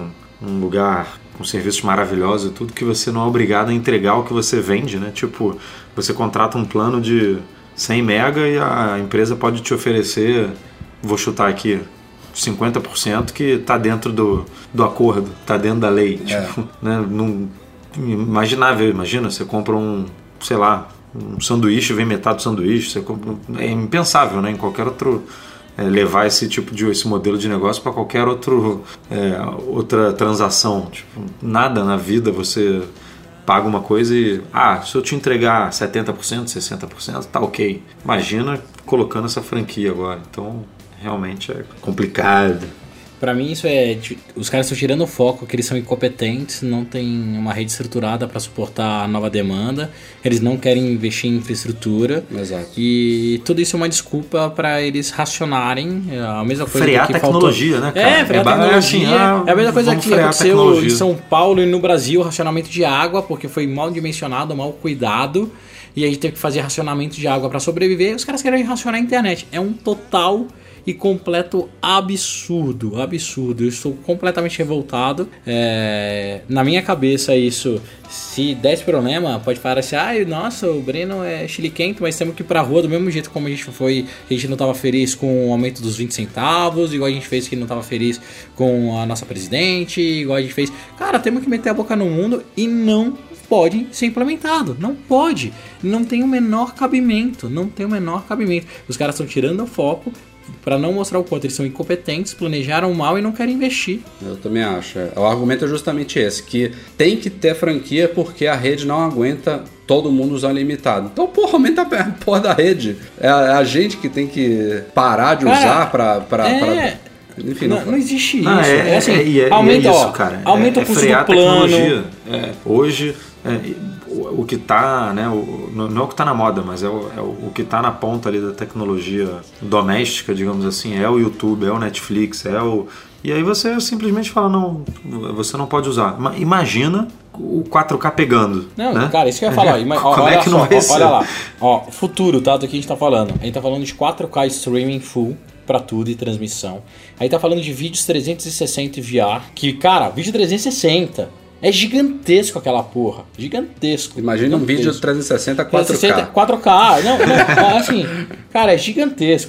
lugar com serviços maravilhosos e tudo, que você não é obrigado a entregar o que você vende, né? Tipo, você contrata um plano de 100 mega e a empresa pode te oferecer, vou chutar aqui, 50% que está dentro do acordo, está dentro da lei. Tipo, né? Imagina, você compra um sanduíche, vem metade do sanduíche, você compra, é impensável, né? Em qualquer outro... levar esse modelo de negócio para qualquer outra transação. Tipo, nada na vida você paga uma coisa e se eu te entregar 70%, 60%, tá ok. Imagina colocando essa franquia agora. Então realmente é complicado. Pra mim isso os caras estão tirando o foco, que eles são incompetentes, não tem uma rede estruturada para suportar a nova demanda, eles não querem investir em infraestrutura. Exato. E tudo isso é uma desculpa para eles racionarem a mesma coisa frear que tecnologia, faltou. né, cara? Frear tecnologia. É a mesma coisa que aconteceu em São Paulo e no Brasil, racionamento de água, porque foi mal dimensionado, mal cuidado, e a gente teve que fazer racionamento de água para sobreviver. Os caras querem racionar a internet. É um total e completo absurdo. Eu estou completamente revoltado. Na minha cabeça isso, se der esse problema, pode parecer, nossa, o Breno é chiliquento, mas temos que ir pra rua do mesmo jeito como a gente não tava feliz com o aumento dos 20 centavos, igual a gente fez que não tava feliz com a nossa presidente, igual a gente fez. Cara, temos que meter a boca no mundo e não pode ser implementado. Não pode. Não tem o menor cabimento. Os caras estão tirando o foco para não mostrar o quanto eles são incompetentes, planejaram mal e não querem investir. Eu também acho. O argumento é justamente esse, que tem que ter franquia porque a rede não aguenta todo mundo usando limitado. Então, aumenta a porra da rede. É a gente que tem que parar de usar pra... Enfim, não existe isso. Aumenta isso, cara. Aumenta o custo frear do plano. Tecnologia. Hoje, o que tá, né? Não é o que tá na moda, mas o que tá na ponta ali da tecnologia doméstica, digamos assim, é o YouTube, é o Netflix, E aí você simplesmente fala, não, você não pode usar. Imagina o 4K pegando. Não, né? cara, isso que eu ia falar. Como é que não vai ser? Olha lá. Futuro, tá? Do que a gente tá falando. A gente tá falando de 4K streaming full pra tudo e transmissão. Aí tá falando de vídeos 360 e VR, que, cara, vídeo 360 é gigantesco aquela porra. Gigantesco. Imagina um vídeo 360 4K. 4K. Não, assim, cara, é gigantesco.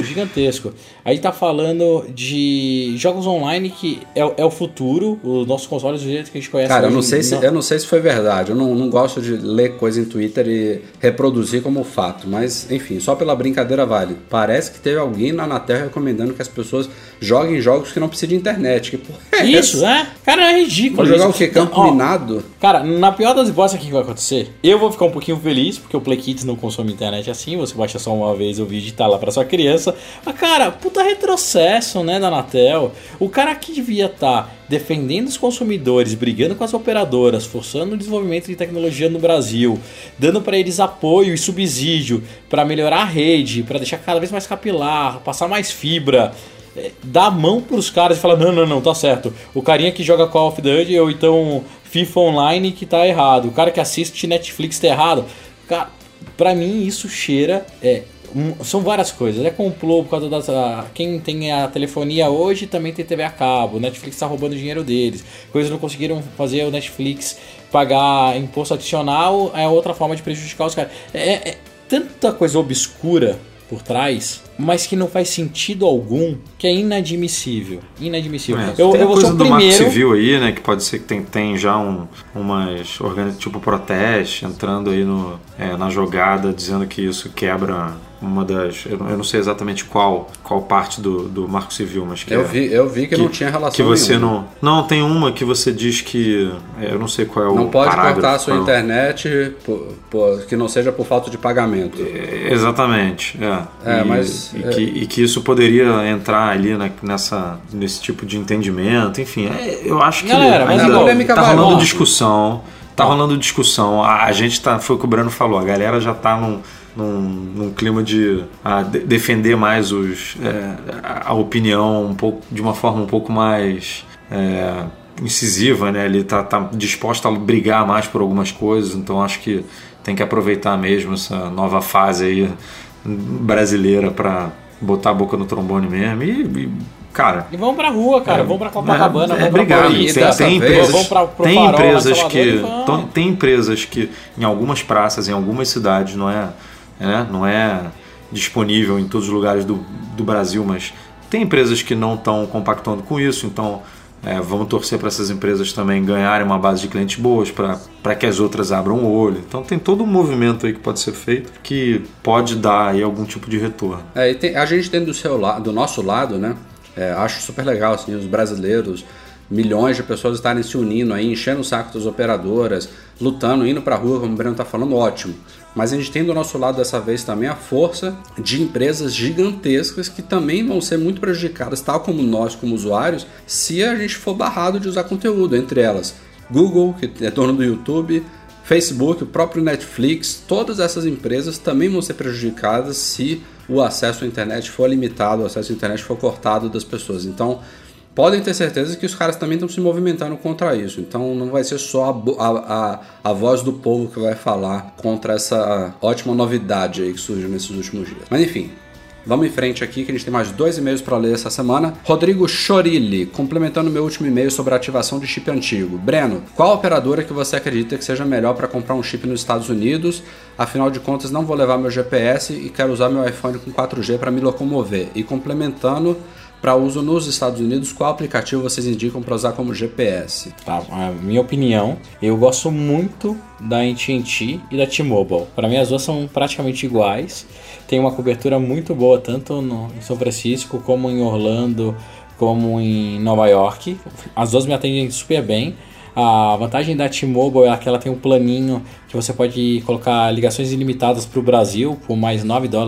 Aí tá falando de jogos online que é o futuro, os nossos consoles do jeito que a gente conhece. Cara, eu não sei se foi verdade. Eu não gosto de ler coisa em Twitter e reproduzir como fato. Mas, enfim, só pela brincadeira vale. Parece que teve alguém na Anatel recomendando que as pessoas joguem jogos que não precisam de internet. Que porra é isso, essa? Cara, é ridículo. Vou jogar o quê? Campo minado? Cara, na pior das hipóteses, o que vai acontecer? Eu vou ficar um pouquinho feliz, porque o Play Kids não consome internet assim. Você baixa só uma vez o vídeo e tá lá pra sua criança. Mas, cara, puta retrocesso, né, da Anatel. O cara que devia estar defendendo os consumidores, brigando com as operadoras, forçando o desenvolvimento de tecnologia no Brasil, dando pra eles apoio e subsídio pra melhorar a rede, pra deixar cada vez mais capilar, passar mais fibra, dá a mão pros caras e fala, não, tá certo. O carinha que joga Call of Duty ou então FIFA Online que tá errado. O cara que assiste Netflix tá errado. Cara, pra mim isso cheira... são várias coisas. É complô por causa quem tem a telefonia hoje também tem TV a cabo. O Netflix tá roubando o dinheiro deles. Coisas não conseguiram fazer o Netflix pagar imposto adicional. É outra forma de prejudicar os caras. É tanta coisa obscura por trás, mas que não faz sentido algum, que é inadmissível. Eu tem a vou coisa ser o do Marco primeiro... Civil aí, né, que pode ser que tem já umas tipo protesto entrando aí na jogada, dizendo que isso quebra uma das... Eu não sei exatamente qual parte do Marco Civil, mas que eu vi que não tinha relação que você nenhuma. Não, tem uma que você diz que... eu não sei qual é o não pode parágrafo, cortar a sua internet que não seja por falta de pagamento. Exatamente. E que isso poderia entrar ali nesse tipo de entendimento. Enfim, eu acho que tá rolando discussão. A gente foi o que o Breno falou. A galera já tá num clima de defender mais a opinião de uma forma um pouco mais incisiva, né? Ele tá disposto a brigar mais por algumas coisas, então acho que tem que aproveitar mesmo essa nova fase aí brasileira para botar a boca no trombone mesmo cara... E vamos pra rua, cara. Vamos pra Copacabana, vamos pra Paulista. Tem empresas que em algumas praças, em algumas cidades, não é disponível em todos os lugares do Brasil, mas tem empresas que não estão compactuando com isso, então vamos torcer para essas empresas também ganharem uma base de clientes boas, para que as outras abram o olho. Então tem todo um movimento aí que pode ser feito, que pode dar aí algum tipo de retorno. A gente tem do nosso lado, né? Acho super legal, assim, os brasileiros, milhões de pessoas estarem se unindo aí, enchendo o saco das operadoras, lutando, indo pra rua, como o Breno tá falando, ótimo. Mas a gente tem do nosso lado dessa vez também a força de empresas gigantescas que também vão ser muito prejudicadas, tal como nós, como usuários, se a gente for barrado de usar conteúdo. Entre elas, Google, que é dono do YouTube, Facebook, o próprio Netflix, todas essas empresas também vão ser prejudicadas se o acesso à internet for limitado, o acesso à internet for cortado das pessoas. Então, podem ter certeza que os caras também estão se movimentando contra isso. Então não vai ser só a voz do povo que vai falar contra essa ótima novidade aí que surgiu nesses últimos dias. Mas enfim, Vamos em frente aqui que a gente tem mais 2 e-mails para ler essa semana. Rodrigo Chorilli, complementando meu último e-mail sobre a ativação de chip antigo. Breno, qual operadora que você acredita que seja melhor para comprar um chip nos Estados Unidos? Afinal de contas, não vou levar meu GPS e quero usar meu iPhone com 4G para me locomover. E complementando, para uso nos Estados Unidos, qual aplicativo vocês indicam para usar como GPS? Tá, a minha opinião, eu gosto muito da AT&T e da T-Mobile. Para mim as duas são praticamente iguais, tem uma cobertura muito boa tanto em São Francisco como em Orlando, como em Nova York. As duas me atendem super bem. A vantagem da T-Mobile é que ela tem um planinho que você pode colocar ligações ilimitadas para o Brasil por mais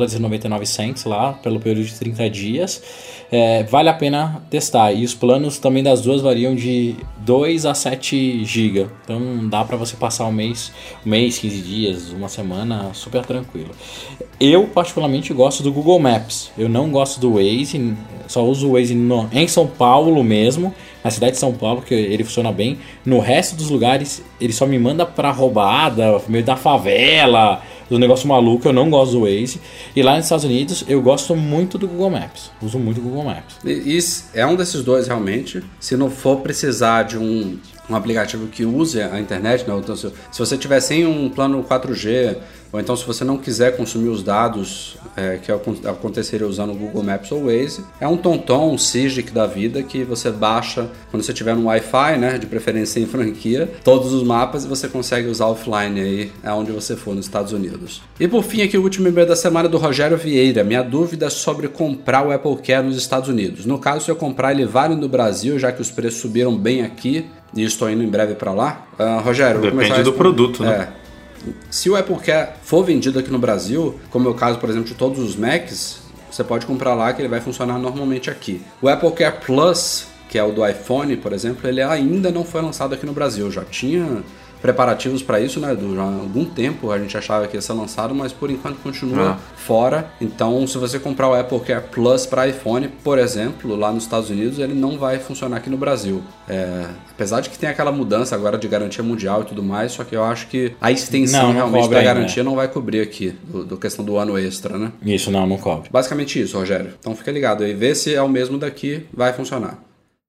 $9,99 lá, pelo período de 30 dias. Vale a pena testar. E os planos também das duas variam de 2 a 7 GB. Então dá para você passar um mês, 15 dias, uma semana, super tranquilo. Eu particularmente gosto do Google Maps. Eu não gosto do Waze, só uso o Waze em São Paulo mesmo, na cidade de São Paulo, que ele funciona bem. No resto dos lugares, ele só me manda pra roubada, meio da favela, do negócio maluco. Eu não gosto do Waze. E lá nos Estados Unidos, eu gosto muito do Google Maps. Uso muito o Google Maps. E é um desses dois, realmente. Se não for precisar de um aplicativo que use a internet, né? Então, se você tiver sem um plano 4G, ou então se você não quiser consumir os dados que aconteceria usando o Google Maps ou Waze, é um TomTom, um Sigic da vida que você baixa quando você tiver no Wi-Fi, né, de preferência em franquia, todos os mapas e você consegue usar offline aí aonde você for nos Estados Unidos. E por fim aqui o último e-mail da semana do Rogério Vieira. Minha dúvida sobre comprar o Apple Care nos Estados Unidos. No caso, se eu comprar ele vale no Brasil, já que os preços subiram bem aqui e estou indo em breve para lá. Rogério, depende do produto, né? Se o Apple Care for vendido aqui no Brasil, como é o caso, por exemplo, de todos os Macs, você pode comprar lá que ele vai funcionar normalmente aqui. O Apple Care Plus, que é o do iPhone, por exemplo, ele ainda não foi lançado aqui no Brasil. Já tinha preparativos para isso, né, Edu? Já há algum tempo a gente achava que ia ser lançado, mas por enquanto continua fora. Então, se você comprar o Apple Care Plus para iPhone, por exemplo, lá nos Estados Unidos, ele não vai funcionar aqui no Brasil. Apesar de que tem aquela mudança agora de garantia mundial e tudo mais, só que eu acho que a extensão realmente da garantia não vai cobrir aqui, do questão do ano extra, né? Isso, não cobre. Basicamente isso, Rogério. Então fica ligado aí, vê se é o mesmo daqui, vai funcionar.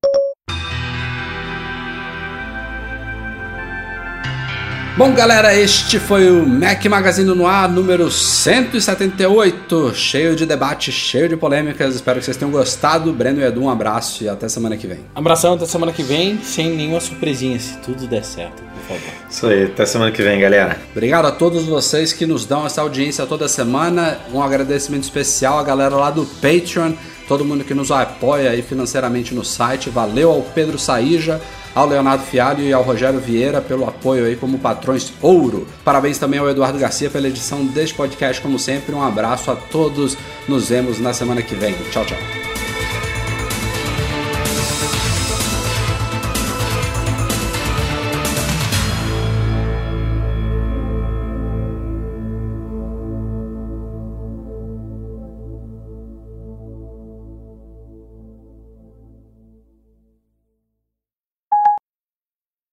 Bom, galera, este foi o Mac Magazine no ar, número 178, cheio de debate, cheio de polêmicas. Espero que vocês tenham gostado. Breno e Edu, um abraço e até semana que vem. Abração, até semana que vem, sem nenhuma surpresinha, se tudo der certo, por favor. Isso aí, até semana que vem, galera. Obrigado a todos vocês que nos dão essa audiência toda semana. Um agradecimento especial à galera lá do Patreon, todo mundo que nos apoia aí financeiramente no site. Valeu ao Pedro Saíja, ao Leonardo Fialho e ao Rogério Vieira pelo apoio aí como patrões ouro. Parabéns também ao Eduardo Garcia pela edição deste podcast, como sempre. Um abraço a todos, nos vemos na semana que vem. Tchau, tchau.